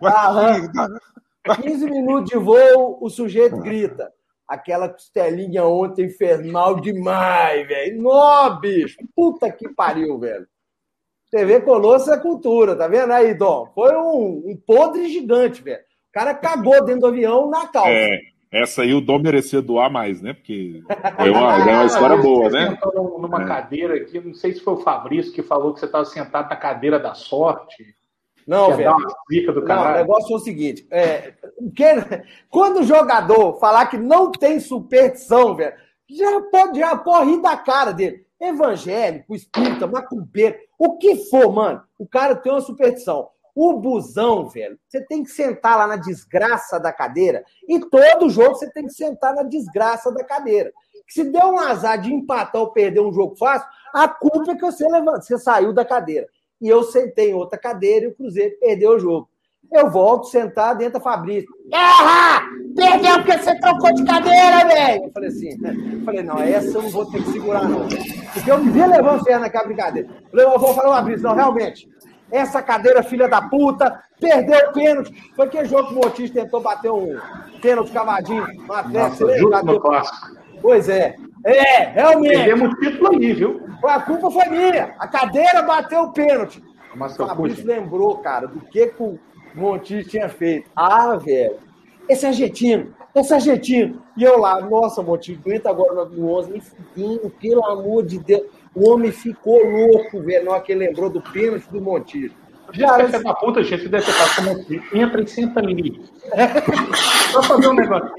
[SPEAKER 5] 15 minutos de voo, o sujeito grita: aquela costelinha ontem fez mal demais, velho. Nó, bicho. Puta que pariu, velho. TV Colosso é cultura, tá vendo aí, Dom? Foi um podre gigante, velho. O cara cagou dentro do avião na calça.
[SPEAKER 4] Essa aí o Dom merecia doar mais, né? Porque foi uma história boa, né?
[SPEAKER 3] Você sentou numa cadeira aqui, não sei se foi o Fabrício que falou que você estava sentado na cadeira da sorte.
[SPEAKER 5] Não, velho. O negócio é o seguinte: quando o jogador falar que não tem superstição, velho, já pode rir da cara dele. Evangélico, espírita, macumbeiro, o que for, mano, o cara tem uma superstição. O busão, velho, você tem que sentar lá na desgraça da cadeira e todo jogo você tem que sentar na desgraça da cadeira. Se der um azar de empatar ou perder um jogo fácil, a culpa é que você saiu da cadeira. E eu sentei em outra cadeira e o Cruzeiro perdeu o jogo. Eu volto sentar dentro da Fabrício. Perdeu porque você trocou de cadeira, velho! Eu falei assim, não, essa eu não vou ter que segurar, não. Porque eu me vi levando ferro naquela brincadeira. Eu vou falar, Fabrício, não, realmente, essa cadeira, filha da puta, perdeu o pênalti. Foi aquele jogo que o Motis tentou bater um pênalti cavadinho no Atlético. Pois é. Realmente.
[SPEAKER 3] Perdemos o título aí, viu?
[SPEAKER 5] A culpa foi minha. A cadeira bateu o pênalti. O Fabrício lembrou, cara, do que o Montijo tinha feito. Velho, esse argentino. E eu lá, nossa, Montijo, entra agora no 11, nem fudinho, pelo amor de Deus. O homem ficou louco, velho, na hora que ele lembrou do pênalti do Montijo.
[SPEAKER 3] Você da puta, gente, deve ter passado como Montijo. Entra e senta ali. Só fazer um negócio.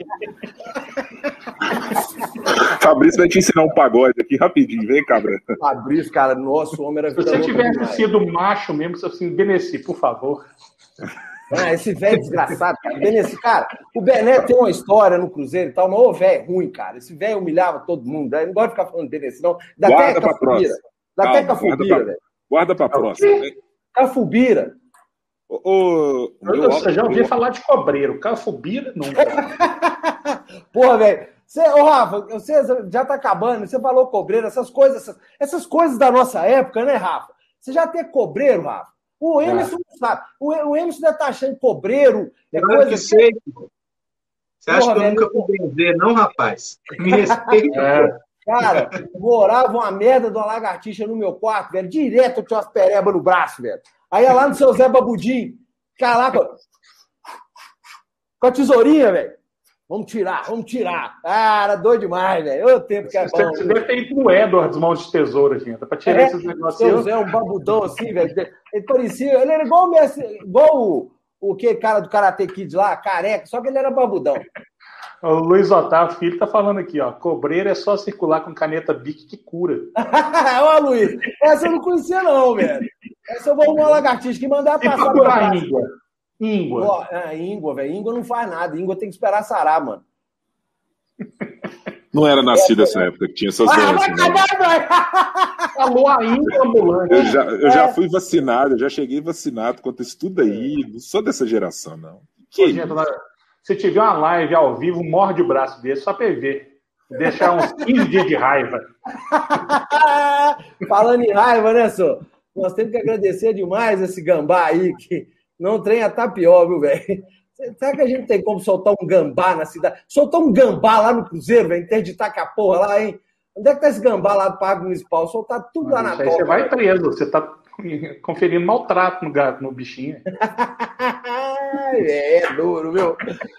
[SPEAKER 4] Fabrício vai te ensinar um pagode aqui rapidinho, vem, cabra.
[SPEAKER 5] Fabrício, cara, nosso homem era...
[SPEAKER 3] Se você tivesse sido macho mesmo, você assim, Beneci, por favor.
[SPEAKER 5] Esse velho desgraçado, cara. Beneci, cara, o Bené tem uma história no Cruzeiro e tal, mas o velho é ruim, cara. Esse velho humilhava todo mundo. Eu não gosto de ficar falando de Beneci, não.
[SPEAKER 4] Guarda pra próxima.
[SPEAKER 5] Dá até Cafubira, velho.
[SPEAKER 4] Guarda pra próxima.
[SPEAKER 5] Cafubira.
[SPEAKER 3] Você já ouviu falar de cobreiro. Cafubira, não.
[SPEAKER 5] Porra, velho. Rafa, você já tá acabando. Você falou cobreiro, essas coisas da nossa época, né, Rafa? Você já tem cobreiro, Rafa? O Emerson não sabe. O Emerson deve estar achando cobreiro.
[SPEAKER 1] Coisa que sei. Você acha que eu nunca fui benzer, não, rapaz? Me respeita.
[SPEAKER 5] Cara, morava uma merda de uma lagartixa no meu quarto, velho. Direto eu tinha umas perebas no braço, velho. Aí ia lá no seu Zé Babudim. Caraca. Com a tesourinha, velho. Vamos tirar. Era doido demais, velho. O tempo que é bom.
[SPEAKER 3] Você deve ter ido no Edwards, mãos de tesoura, gente. Pra tirar esses negócios.
[SPEAKER 5] Seu Zé, um babudão assim, velho. Ele parecia. Ele era igual o que cara do Karate Kid lá, careca, só que ele era babudão.
[SPEAKER 3] O Luiz Otávio Filho tá falando aqui, ó. Cobreiro é só circular com caneta Bic que cura.
[SPEAKER 5] Ó, Luiz, essa eu não conhecia, não, velho. Essa eu vou arrumar uma lagartixa que mandar passar
[SPEAKER 3] pra íngua. Íngua.
[SPEAKER 5] Íngua, velho. Íngua não faz nada. Íngua tem que esperar sarar, mano.
[SPEAKER 4] Não era nascido nessa época que tinha essas doenças.
[SPEAKER 3] Falou a íngua ambulante.
[SPEAKER 4] Eu já fui vacinado, eu já cheguei vacinado quanto isso tudo aí. Não sou dessa geração, não.
[SPEAKER 3] Se tiver uma live ao vivo, morde o braço dele só pra ele ver. Deixar uns 15 dias de raiva.
[SPEAKER 5] Falando em raiva, né, senhor? Nós temos que agradecer demais esse gambá aí, que não trem tá pior, viu, velho? Será que a gente tem como soltar um gambá na cidade? Soltar um gambá lá no Cruzeiro, velho, interditar com a porra lá, hein? Onde é que tá esse gambá lá do Parque Municipal? Soltar tudo lá na toca.
[SPEAKER 3] Você vai preso, você tá conferindo maltrato no bichinho.
[SPEAKER 5] É duro, meu.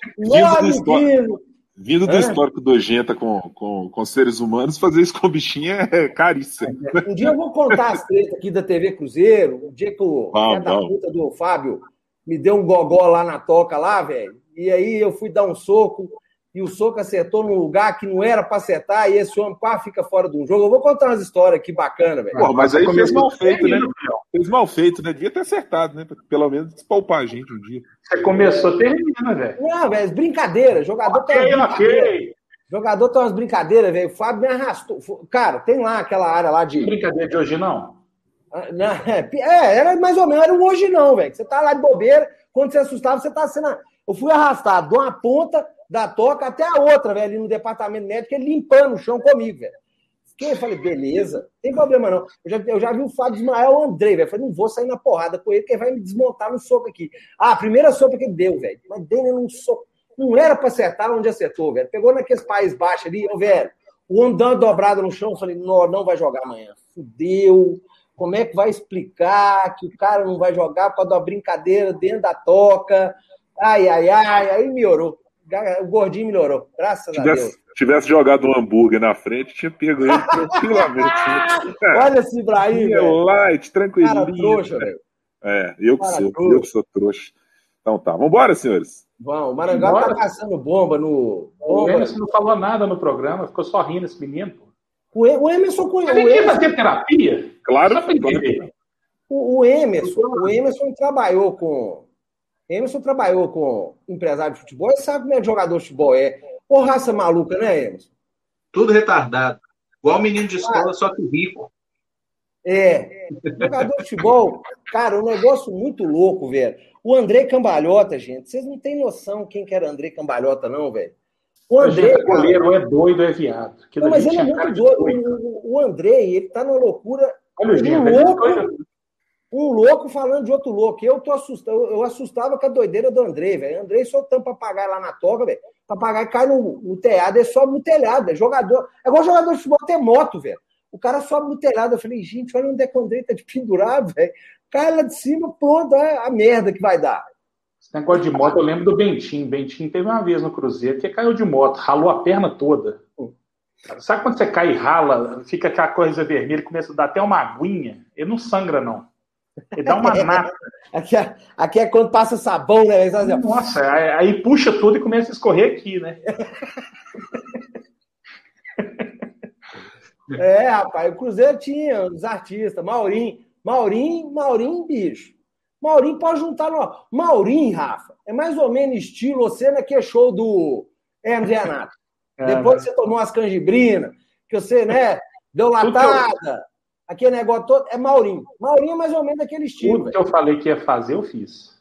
[SPEAKER 4] Vindo do histórico nojenta com seres humanos, fazer isso com bichinho é caríssimo.
[SPEAKER 5] Um dia eu vou contar as tretas aqui da TV Cruzeiro. Um dia que o da puta do Fábio me deu um gogó lá na toca, lá, velho. E aí eu fui dar um soco, e o soco acertou num lugar que não era pra acertar, e esse homem, fica fora de um jogo. Eu vou contar umas histórias aqui bacanas, velho.
[SPEAKER 4] Pô, mas aí fez mal feito, né? Fez mal feito, né? Devia ter acertado, né? Pelo menos despalpar a gente um dia.
[SPEAKER 3] Você começou, termina, velho.
[SPEAKER 5] Não, velho, brincadeira. Jogador Jogador tem umas brincadeiras, velho. O Fábio me arrastou. Cara, tem lá aquela área lá de...
[SPEAKER 3] Brincadeira de hoje, não?
[SPEAKER 5] Era mais ou menos, era um hoje não, velho. Você tá lá de bobeira, quando você assustava, você tá sendo... Eu fui arrastado de uma ponta da toca até a outra, velho, ali no departamento médico, ele limpando o chão comigo, velho. Eu falei, beleza, não tem problema não. Eu já vi o Fábio desmaiar o André, velho. Eu falei, não vou sair na porrada com ele, porque ele vai me desmontar no soco aqui. A primeira sopa que ele deu, velho. Mas deu num soco. Não era pra acertar onde acertou, velho. Pegou naqueles Países Baixos ali, velho. O homem deu uma dobrada no chão, eu falei, não vai jogar amanhã. Fudeu. Como é que vai explicar que o cara não vai jogar por causa de uma brincadeira dentro da toca? Ai. Aí melhorou. O gordinho melhorou. Graças a Deus.
[SPEAKER 4] Tivesse jogado um hambúrguer na frente, tinha pego ele tranquilamente.
[SPEAKER 5] Olha esse Ibrahim, velho.
[SPEAKER 4] Light, tranquilinho.
[SPEAKER 5] Cara trouxa, velho.
[SPEAKER 4] Eu que sou trouxa. Então tá, vambora, senhores.
[SPEAKER 5] Vamos, o Marangal tá caçando bomba no...
[SPEAKER 3] O Emerson não falou nada no programa, ficou só rindo esse menino, pô.
[SPEAKER 5] O Emerson...
[SPEAKER 3] Ele ia fazer terapia?
[SPEAKER 4] Claro.
[SPEAKER 5] O Emerson trabalhou com... Emerson trabalhou com empresário de futebol e sabe como é jogador de futebol é. Ô, raça maluca, né, Emerson?
[SPEAKER 1] Tudo retardado. Igual menino de escola, só que rico.
[SPEAKER 5] Jogador de futebol, cara, um negócio muito louco, velho. O André Cambalhota, gente, vocês não têm noção quem que era André Cambalhota, não, velho. O André...
[SPEAKER 3] O goleiro é doido, é viado.
[SPEAKER 5] Não, mas ele é muito doido. O André, ele tá numa loucura... Um louco falando de outro louco. Eu tô assustado. Eu assustava com a doideira do André, velho. André soltando papagaio lá na toca, velho. Papagaio cai no telhado, ele sobe no telhado. É jogador. É igual jogador de futebol ter moto, velho. O cara sobe no telhado. Eu falei, gente, olha onde é que o André tá de pendurado, velho. Cai lá de cima, pronto, a merda que vai dar.
[SPEAKER 3] Esse negócio de moto, eu lembro do Bentinho. Bentinho teve uma vez no Cruzeiro que caiu de moto, ralou a perna toda. Sabe quando você cai e rala, fica aquela coisa vermelha, começa a dar até uma aguinha? Ele não sangra, não. Ele dá uma nata.
[SPEAKER 5] Aqui é quando passa sabão, né?
[SPEAKER 3] Nossa, aí puxa tudo e começa a escorrer aqui, né?
[SPEAKER 5] Rapaz, o Cruzeiro tinha os artistas, Maurinho, bicho. Maurinho pode juntar no... Maurinho, Rafa, é mais ou menos estilo você naquele show do Hermes e Renato. Depois que você tomou umas canjibrinas, que você, né, deu latada... Aquele negócio todo é Maurinho. Maurinho é mais ou menos daquele estilo.
[SPEAKER 3] Tudo que eu falei que ia fazer, eu fiz.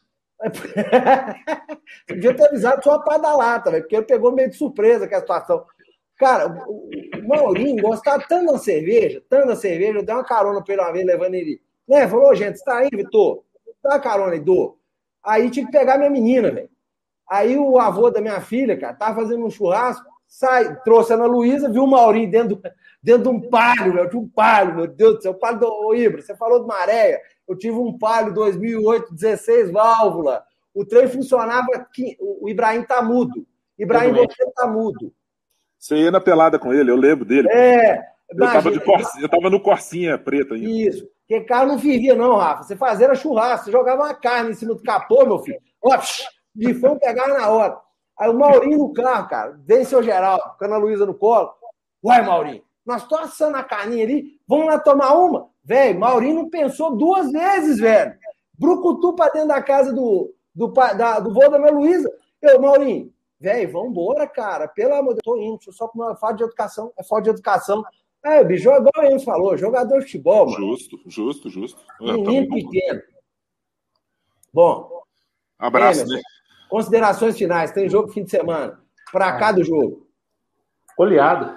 [SPEAKER 5] Você devia ter avisado só a pá da lata, velho, porque ele pegou meio de surpresa com a situação. Cara, o Maurinho gostava tanto da cerveja, eu dei uma carona pra ele uma vez, levando ele. Né? Falou, gente, você tá aí, Vitor? Dá uma carona aí, dou. Aí tinha que pegar minha menina, velho. Aí o avô da minha filha, cara, tava fazendo um churrasco, trouxe a Ana Luísa, viu o Maurinho dentro de um Palio, meu. Eu tinha um Palio, meu Deus do céu. O Palio do Ibra, você falou de maré. Eu tive um Palio 2008, 16 válvula. O trem funcionava, o Ibrahim tá mudo. Ibrahim, você tá mudo.
[SPEAKER 4] Você ia na pelada com ele, eu lembro dele. Eu tava no Corsinha preto ainda.
[SPEAKER 5] Isso. Porque carro não fervia, não, Rafa. Você fazia era churrasco, você jogava uma carne em cima do capô, meu filho. Ó, bifão pegava na hora. Aí o Maurinho no carro, cara, vem seu Geraldo, com a Ana Luísa no colo. Uai, Maurinho, nós estamos assando a carninha ali, vamos lá tomar uma? Velho, Maurinho não pensou 2 vezes, velho. Brucutu pra dentro da casa do vô da Ana Luísa. Maurinho, velho, vambora, cara, pelo amor de Deus, tô indo, só com uma falta de educação, falta de educação. Bicho, igual o Enes falou, jogador de futebol, mano.
[SPEAKER 4] Justo.
[SPEAKER 5] Menino pequeno. Bom.
[SPEAKER 4] Abraço, né?
[SPEAKER 5] Considerações finais. Tem jogo fim de semana. Pra cá do jogo.
[SPEAKER 3] Goleada.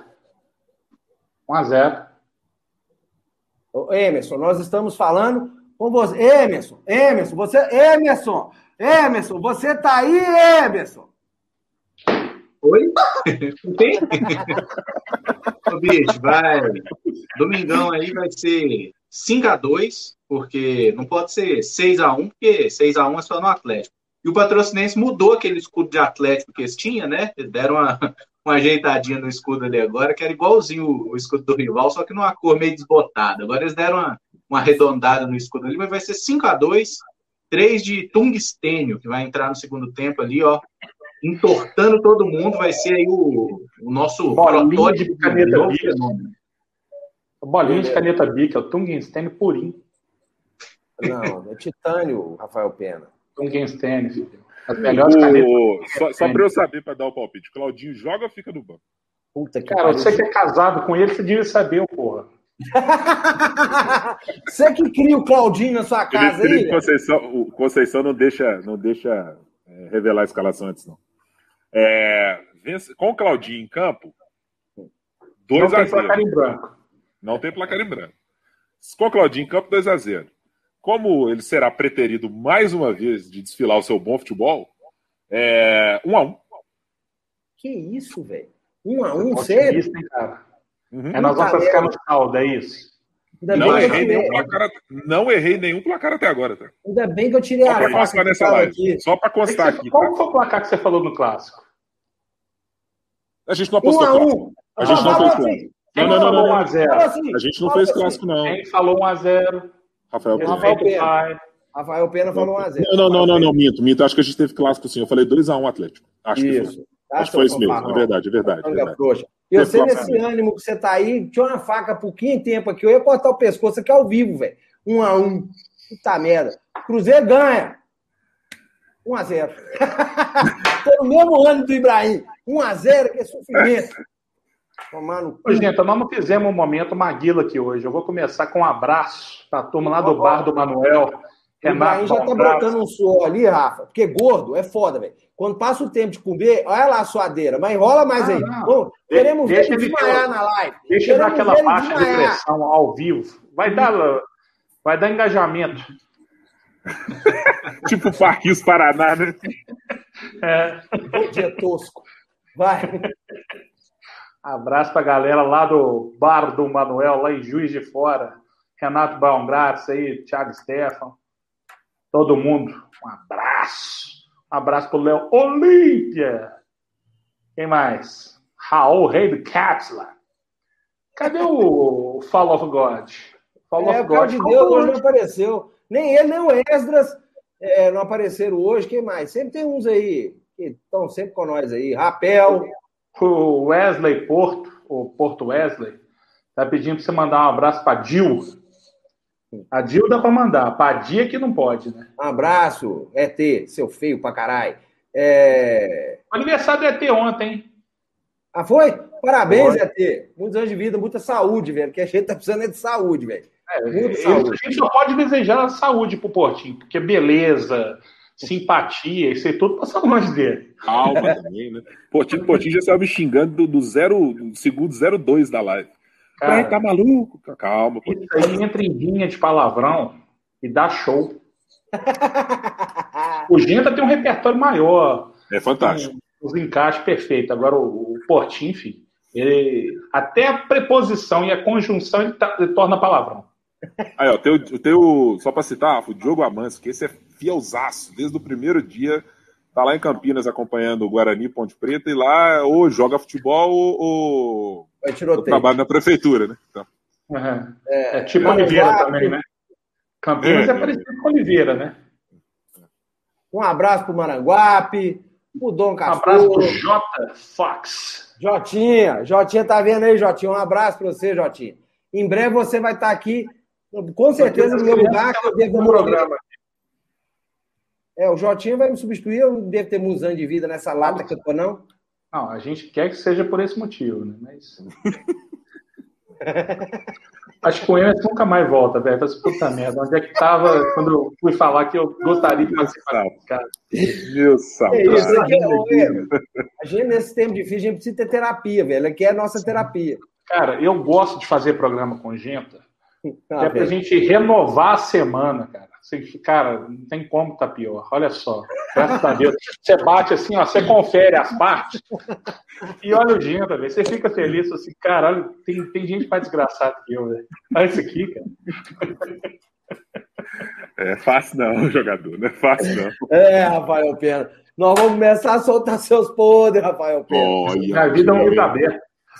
[SPEAKER 3] 1-0.
[SPEAKER 5] Emerson, nós estamos falando com você. Emerson, você tá aí, Emerson?
[SPEAKER 1] Oi? Tem? Ô, bicho, vai. Domingão aí vai ser 5-2, porque não pode ser 6-1, porque 6-1 é só no Atlético. E o Patrocinense mudou aquele escudo de Atlético que eles tinham, né? Eles deram uma ajeitadinha no escudo ali agora, que era igualzinho o escudo do rival, só que numa cor meio desbotada. Agora eles deram uma arredondada no escudo ali, mas vai ser 5-2, 3 de tungstênio, que vai entrar no segundo tempo ali, ó, entortando todo mundo. Vai ser aí o nosso
[SPEAKER 3] protótipo
[SPEAKER 1] de caneta Bic.
[SPEAKER 3] Bolinha de caneta Bic, é o tungstênio purinho.
[SPEAKER 5] Não, é titânio, Rafael Pena.
[SPEAKER 3] Tungstênio, filho. As melhores canetas.
[SPEAKER 4] Só para eu saber, para dar o palpite. Claudinho joga ou fica no banco?
[SPEAKER 5] Puta que
[SPEAKER 3] Cara, você que é casado com ele, você devia saber, porra.
[SPEAKER 5] Você que cria o Claudinho na sua casa aí?
[SPEAKER 4] O Conceição não deixa revelar a escalação antes, não. Com o Claudinho em campo, 2-0.
[SPEAKER 3] Não tem placar em branco.
[SPEAKER 4] Não tem placar em branco. Com o Claudinho em campo, 2-0. Como ele será preterido mais uma vez de desfilar o seu bom futebol, 1-1.
[SPEAKER 5] Que isso, velho? 1-1, sério?
[SPEAKER 3] Uhum. Nós vamos ficar no saldo, é isso?
[SPEAKER 4] Não errei nenhum placar até agora. Tá?
[SPEAKER 5] Ainda bem que eu tirei
[SPEAKER 4] a faca nessa live. Aqui. Só para constar aqui.
[SPEAKER 3] Qual foi o placar que você falou no clássico?
[SPEAKER 4] A gente não apostou clássico. A gente não fez clássico.
[SPEAKER 3] Não.
[SPEAKER 4] A gente não fez clássico, não.
[SPEAKER 3] Quem falou 1-0?
[SPEAKER 5] Rafael Pena falou 1-0.
[SPEAKER 4] Não, minto. Acho que a gente teve clássico sim. Eu falei 2-1 Atlético. Acho que foi. Acho que foi isso mesmo. É verdade.
[SPEAKER 5] E você, nesse ânimo que você tá aí, tinha uma faca por 15 tempo aqui. Eu ia cortar o pescoço aqui ao vivo, velho. 1-1. Puta merda. Cruzeiro ganha. 1-0. Tô no mesmo ano do Ibrahim. 1-0, que é sofrimento.
[SPEAKER 3] Gente, nós não fizemos um momento Maguila aqui hoje. Eu vou começar com um abraço pra turma lá do bar do Manuel.
[SPEAKER 5] O Ibrahim já tá brotando um suor ali, Rafa, porque gordo é foda, velho. Quando passa o tempo de comer, olha lá a suadeira, mas enrola mais aí. Bom, queremos ver ele desmaiar na live.
[SPEAKER 3] Deixa eu dar aquela baixa de pressão ao vivo. Vai dar engajamento.
[SPEAKER 4] Tipo o Parquinhos Paraná, né?
[SPEAKER 5] Bom dia tosco. Vai.
[SPEAKER 3] Abraço pra galera lá do bar do Manuel, lá em Juiz de Fora. Renato Baumgratz aí, Thiago Stefan. Todo mundo. Um abraço. Um abraço pro Léo Olímpia. Quem mais? Raul, rei do Cápsula. Cadê o Fall of God?
[SPEAKER 5] Fall of God de Deus hoje não apareceu. Nem ele, nem o Esdras não apareceram hoje. Quem mais? Sempre tem uns aí que estão sempre com nós aí. Rapel.
[SPEAKER 3] O Wesley Porto, o Porto Wesley, tá pedindo pra você mandar um abraço pra Dil. A Dil dá pra mandar, pra Dia que não pode, né?
[SPEAKER 5] Um abraço, ET, seu feio pra caralho.
[SPEAKER 3] O aniversário do ET ontem.
[SPEAKER 5] Ah, foi? Parabéns, ET. Muitos anos de vida, muita saúde, velho. Porque a gente tá precisando de saúde, velho.
[SPEAKER 3] Muita saúde. A gente só pode desejar saúde pro Portinho, porque beleza, simpatia, isso aí tudo passa longe dele.
[SPEAKER 4] Calma também, né? Portinho já saiu me xingando do segundo 02 da live. Cara, tá maluco? Calma,
[SPEAKER 3] Portinho. Isso aí entra em linha de palavrão e dá show. O Genta tem um repertório maior.
[SPEAKER 4] É fantástico.
[SPEAKER 3] Os encaixes perfeitos. Agora o Portinho, filho, até a preposição e a conjunção ele torna palavrão.
[SPEAKER 4] Aí, ó, teu, só pra citar, o Diogo Amâncio, que esse é fielzaço, desde o primeiro dia, tá lá em Campinas acompanhando o Guarani Ponte Preta e lá ou joga futebol ou trabalha na prefeitura, né? Então.
[SPEAKER 3] Uhum. É tipo Oliveira também, né? Campinas é parecido com Oliveira, né?
[SPEAKER 5] Um abraço pro Maranguape, pro Dom Castor.
[SPEAKER 3] Um abraço pro J. Fox.
[SPEAKER 5] Jotinha tá vendo aí, Jotinha? Um abraço pra você, Jotinha. Em breve você vai estar aqui, com certeza, no meu lugar, que eu devo ter programa. O Jotinha vai me substituir, eu não devo ter muitos anos de vida nessa lata que eu tô, não?
[SPEAKER 3] Não, a gente quer que seja por esse motivo, né? Mas... Acho que o Emerson nunca mais volta, velho. Tá puta merda. Onde é que tava quando eu fui falar que eu gostaria de participar desse cara?
[SPEAKER 4] Meu sapato.
[SPEAKER 5] Isso aqui a gente, nesse tempo difícil, a gente precisa ter terapia, velho. Aqui é a nossa terapia.
[SPEAKER 3] Cara, eu gosto de fazer programa com Genta. É pra
[SPEAKER 5] velho.
[SPEAKER 3] gente renovar a semana, cara. Cara, não tem como tá pior. Olha só. Graças a Deus. Você bate assim, ó, você confere as partes e olha o Genta, velho. Você fica feliz assim, cara, olha, tem gente mais desgraçada que eu, velho. Olha isso aqui, cara.
[SPEAKER 4] É fácil não, jogador. Não é fácil não.
[SPEAKER 5] Rafael Pena. Nós vamos começar a soltar seus podres, Rafael Pena.
[SPEAKER 4] Olha,
[SPEAKER 3] Minha vida é um livro aberto.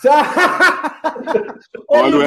[SPEAKER 4] Olha o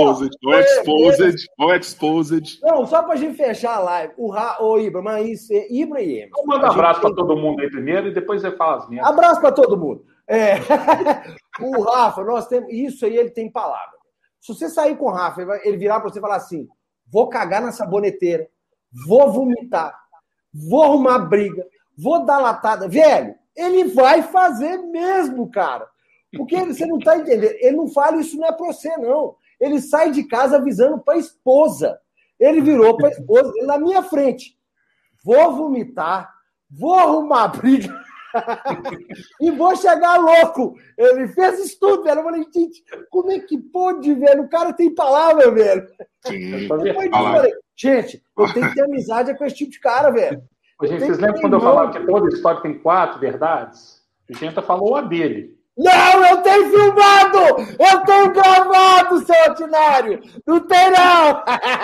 [SPEAKER 4] exposed.
[SPEAKER 5] Não, só pra gente fechar a live. Ô, Ibra, mas isso é Ibra e Emerson.
[SPEAKER 3] Eu mando um abraço pra todo mundo aí primeiro e depois você fala as minhas.
[SPEAKER 5] Abraço pra todo mundo. O Rafa, nós temos. Isso aí, ele tem palavra. Se você sair com o Rafa, ele virar pra você e falar assim: vou cagar na saboneteira, vou vomitar, vou arrumar briga, vou dar latada. Velho, ele vai fazer mesmo, cara. Porque você não tá entendendo. Ele não fala isso não é pra você, não. Ele sai de casa avisando pra esposa. Ele virou pra esposa, na minha frente. Vou vomitar, vou arrumar briga e vou chegar louco. Ele fez isso tudo, velho. Eu falei, gente, como é que pode, velho? O cara tem palavra, velho.
[SPEAKER 4] Sim,
[SPEAKER 5] gente, eu tenho que ter amizade com esse tipo de cara, velho.
[SPEAKER 3] Gente, vocês lembram quando eu falava que toda história tem 4 verdades? O Genta falou a dele.
[SPEAKER 5] Não, eu tenho filmado! Eu tenho gravado, seu ordinário! Não tem, não!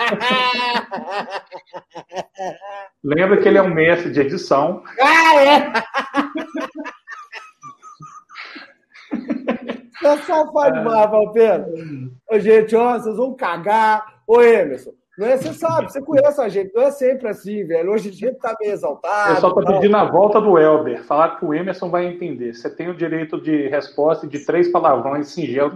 [SPEAKER 3] Lembra que ele é um mestre de edição.
[SPEAKER 5] É! Você só faz demais, Valpena. Ô, gente, ó, vocês vão cagar. Ô, Emerson, não é, você sabe, você conhece a gente, não é sempre assim, velho. Hoje a gente tá meio exaltado.
[SPEAKER 3] Eu só tô pedindo a volta do Elber. Falar que o Emerson vai entender. Você tem o direito de resposta de 3 palavrões singelos.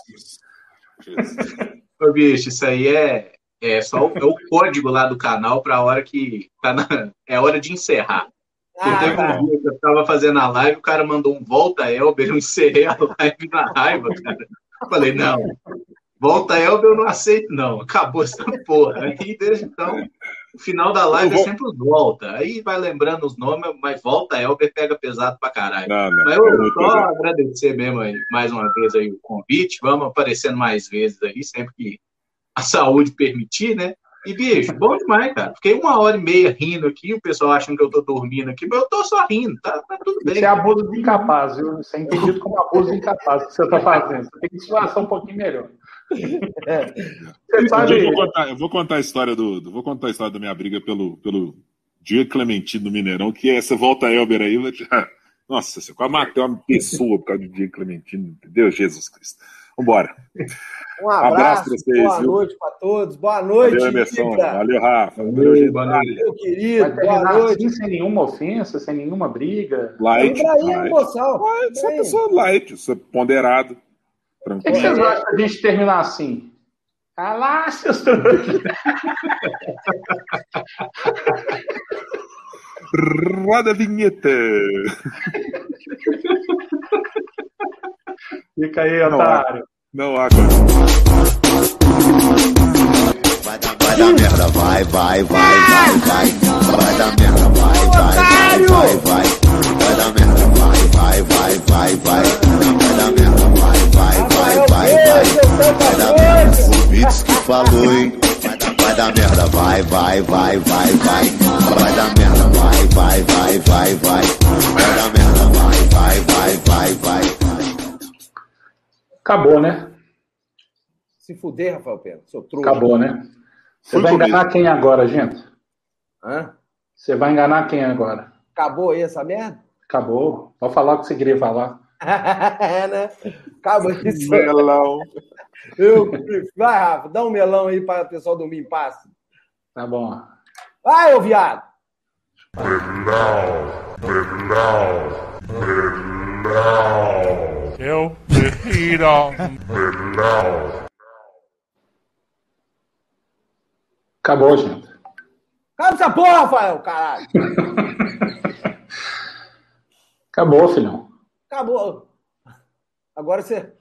[SPEAKER 1] Ô, bicho, isso aí é só o código lá do canal para a hora que é hora de encerrar. Teve um dia que eu tava fazendo a live, o cara mandou um volta Elber, eu encerrei a live na raiva, cara. Eu falei, não, volta Elber eu não aceito, não. Acabou essa porra. Aí desde então, o final da live é sempre os volta. Aí vai lembrando os nomes, mas volta Elber pega pesado pra caralho.
[SPEAKER 4] Não,
[SPEAKER 1] mas eu só agradecer mesmo aí, mais uma vez aí o convite. Vamos aparecendo mais vezes aí, sempre que a saúde permitir, né? E, bicho, bom demais, cara. Fiquei 1h30 rindo aqui, o pessoal achando que eu tô dormindo aqui, mas eu tô só rindo, tá tudo bem.
[SPEAKER 3] Isso é abuso de incapaz, viu? Isso é entendido como abuso de incapaz que você tá fazendo. Você tem que situação um pouquinho melhor.
[SPEAKER 4] Você sabe... Eu vou contar a história da minha briga pelo Diego Clementino do Mineirão, que é essa volta Elber aí. Nossa, você quase matei uma pessoa por causa do Diego Clementino, entendeu? Jesus Cristo. Vambora.
[SPEAKER 5] Um abraço pra vocês, boa noite para todos. Boa noite,
[SPEAKER 4] valeu, Emerson. Valeu, Rafa. Valeu,
[SPEAKER 1] boa noite.
[SPEAKER 5] Meu querido, boa noite.
[SPEAKER 3] Assim, sem nenhuma ofensa, sem nenhuma briga.
[SPEAKER 4] Light.
[SPEAKER 5] Você
[SPEAKER 4] é pessoa light, você é ponderado.
[SPEAKER 3] O que vocês acham da gente terminar assim? Ah lá, seus
[SPEAKER 4] Roda a vinheta.
[SPEAKER 3] Fica aí, otário.
[SPEAKER 4] Não há.
[SPEAKER 2] Vai dar merda, vai. Vai dar merda, vai. Vai dar merda, vai. Vai dar merda, vai. Vai dar merda, o Beats que falou, hein? Vai dar merda, vai. Vai dar merda, vai. Vai dar merda, vai.
[SPEAKER 3] Acabou, né?
[SPEAKER 5] Se fuder, Rafael Pena, seu trouxa.
[SPEAKER 3] Acabou, né? Você vai enganar quem agora, gente?
[SPEAKER 5] Hã?
[SPEAKER 3] Você vai enganar quem agora?
[SPEAKER 5] Acabou aí essa merda?
[SPEAKER 3] Acabou. Pode falar o que você queria falar.
[SPEAKER 5] Né? Acabou isso.
[SPEAKER 4] Melão.
[SPEAKER 5] Vai, Rafa, dá um melão aí para o pessoal dormir em paz.
[SPEAKER 3] Tá bom.
[SPEAKER 5] Vai, ô viado!
[SPEAKER 6] Melão. Eu prefiro melão.
[SPEAKER 3] Acabou, gente.
[SPEAKER 5] Acaba essa porra, Rafael, caralho!
[SPEAKER 3] Acabou, filhão.
[SPEAKER 5] Acabou. Agora você...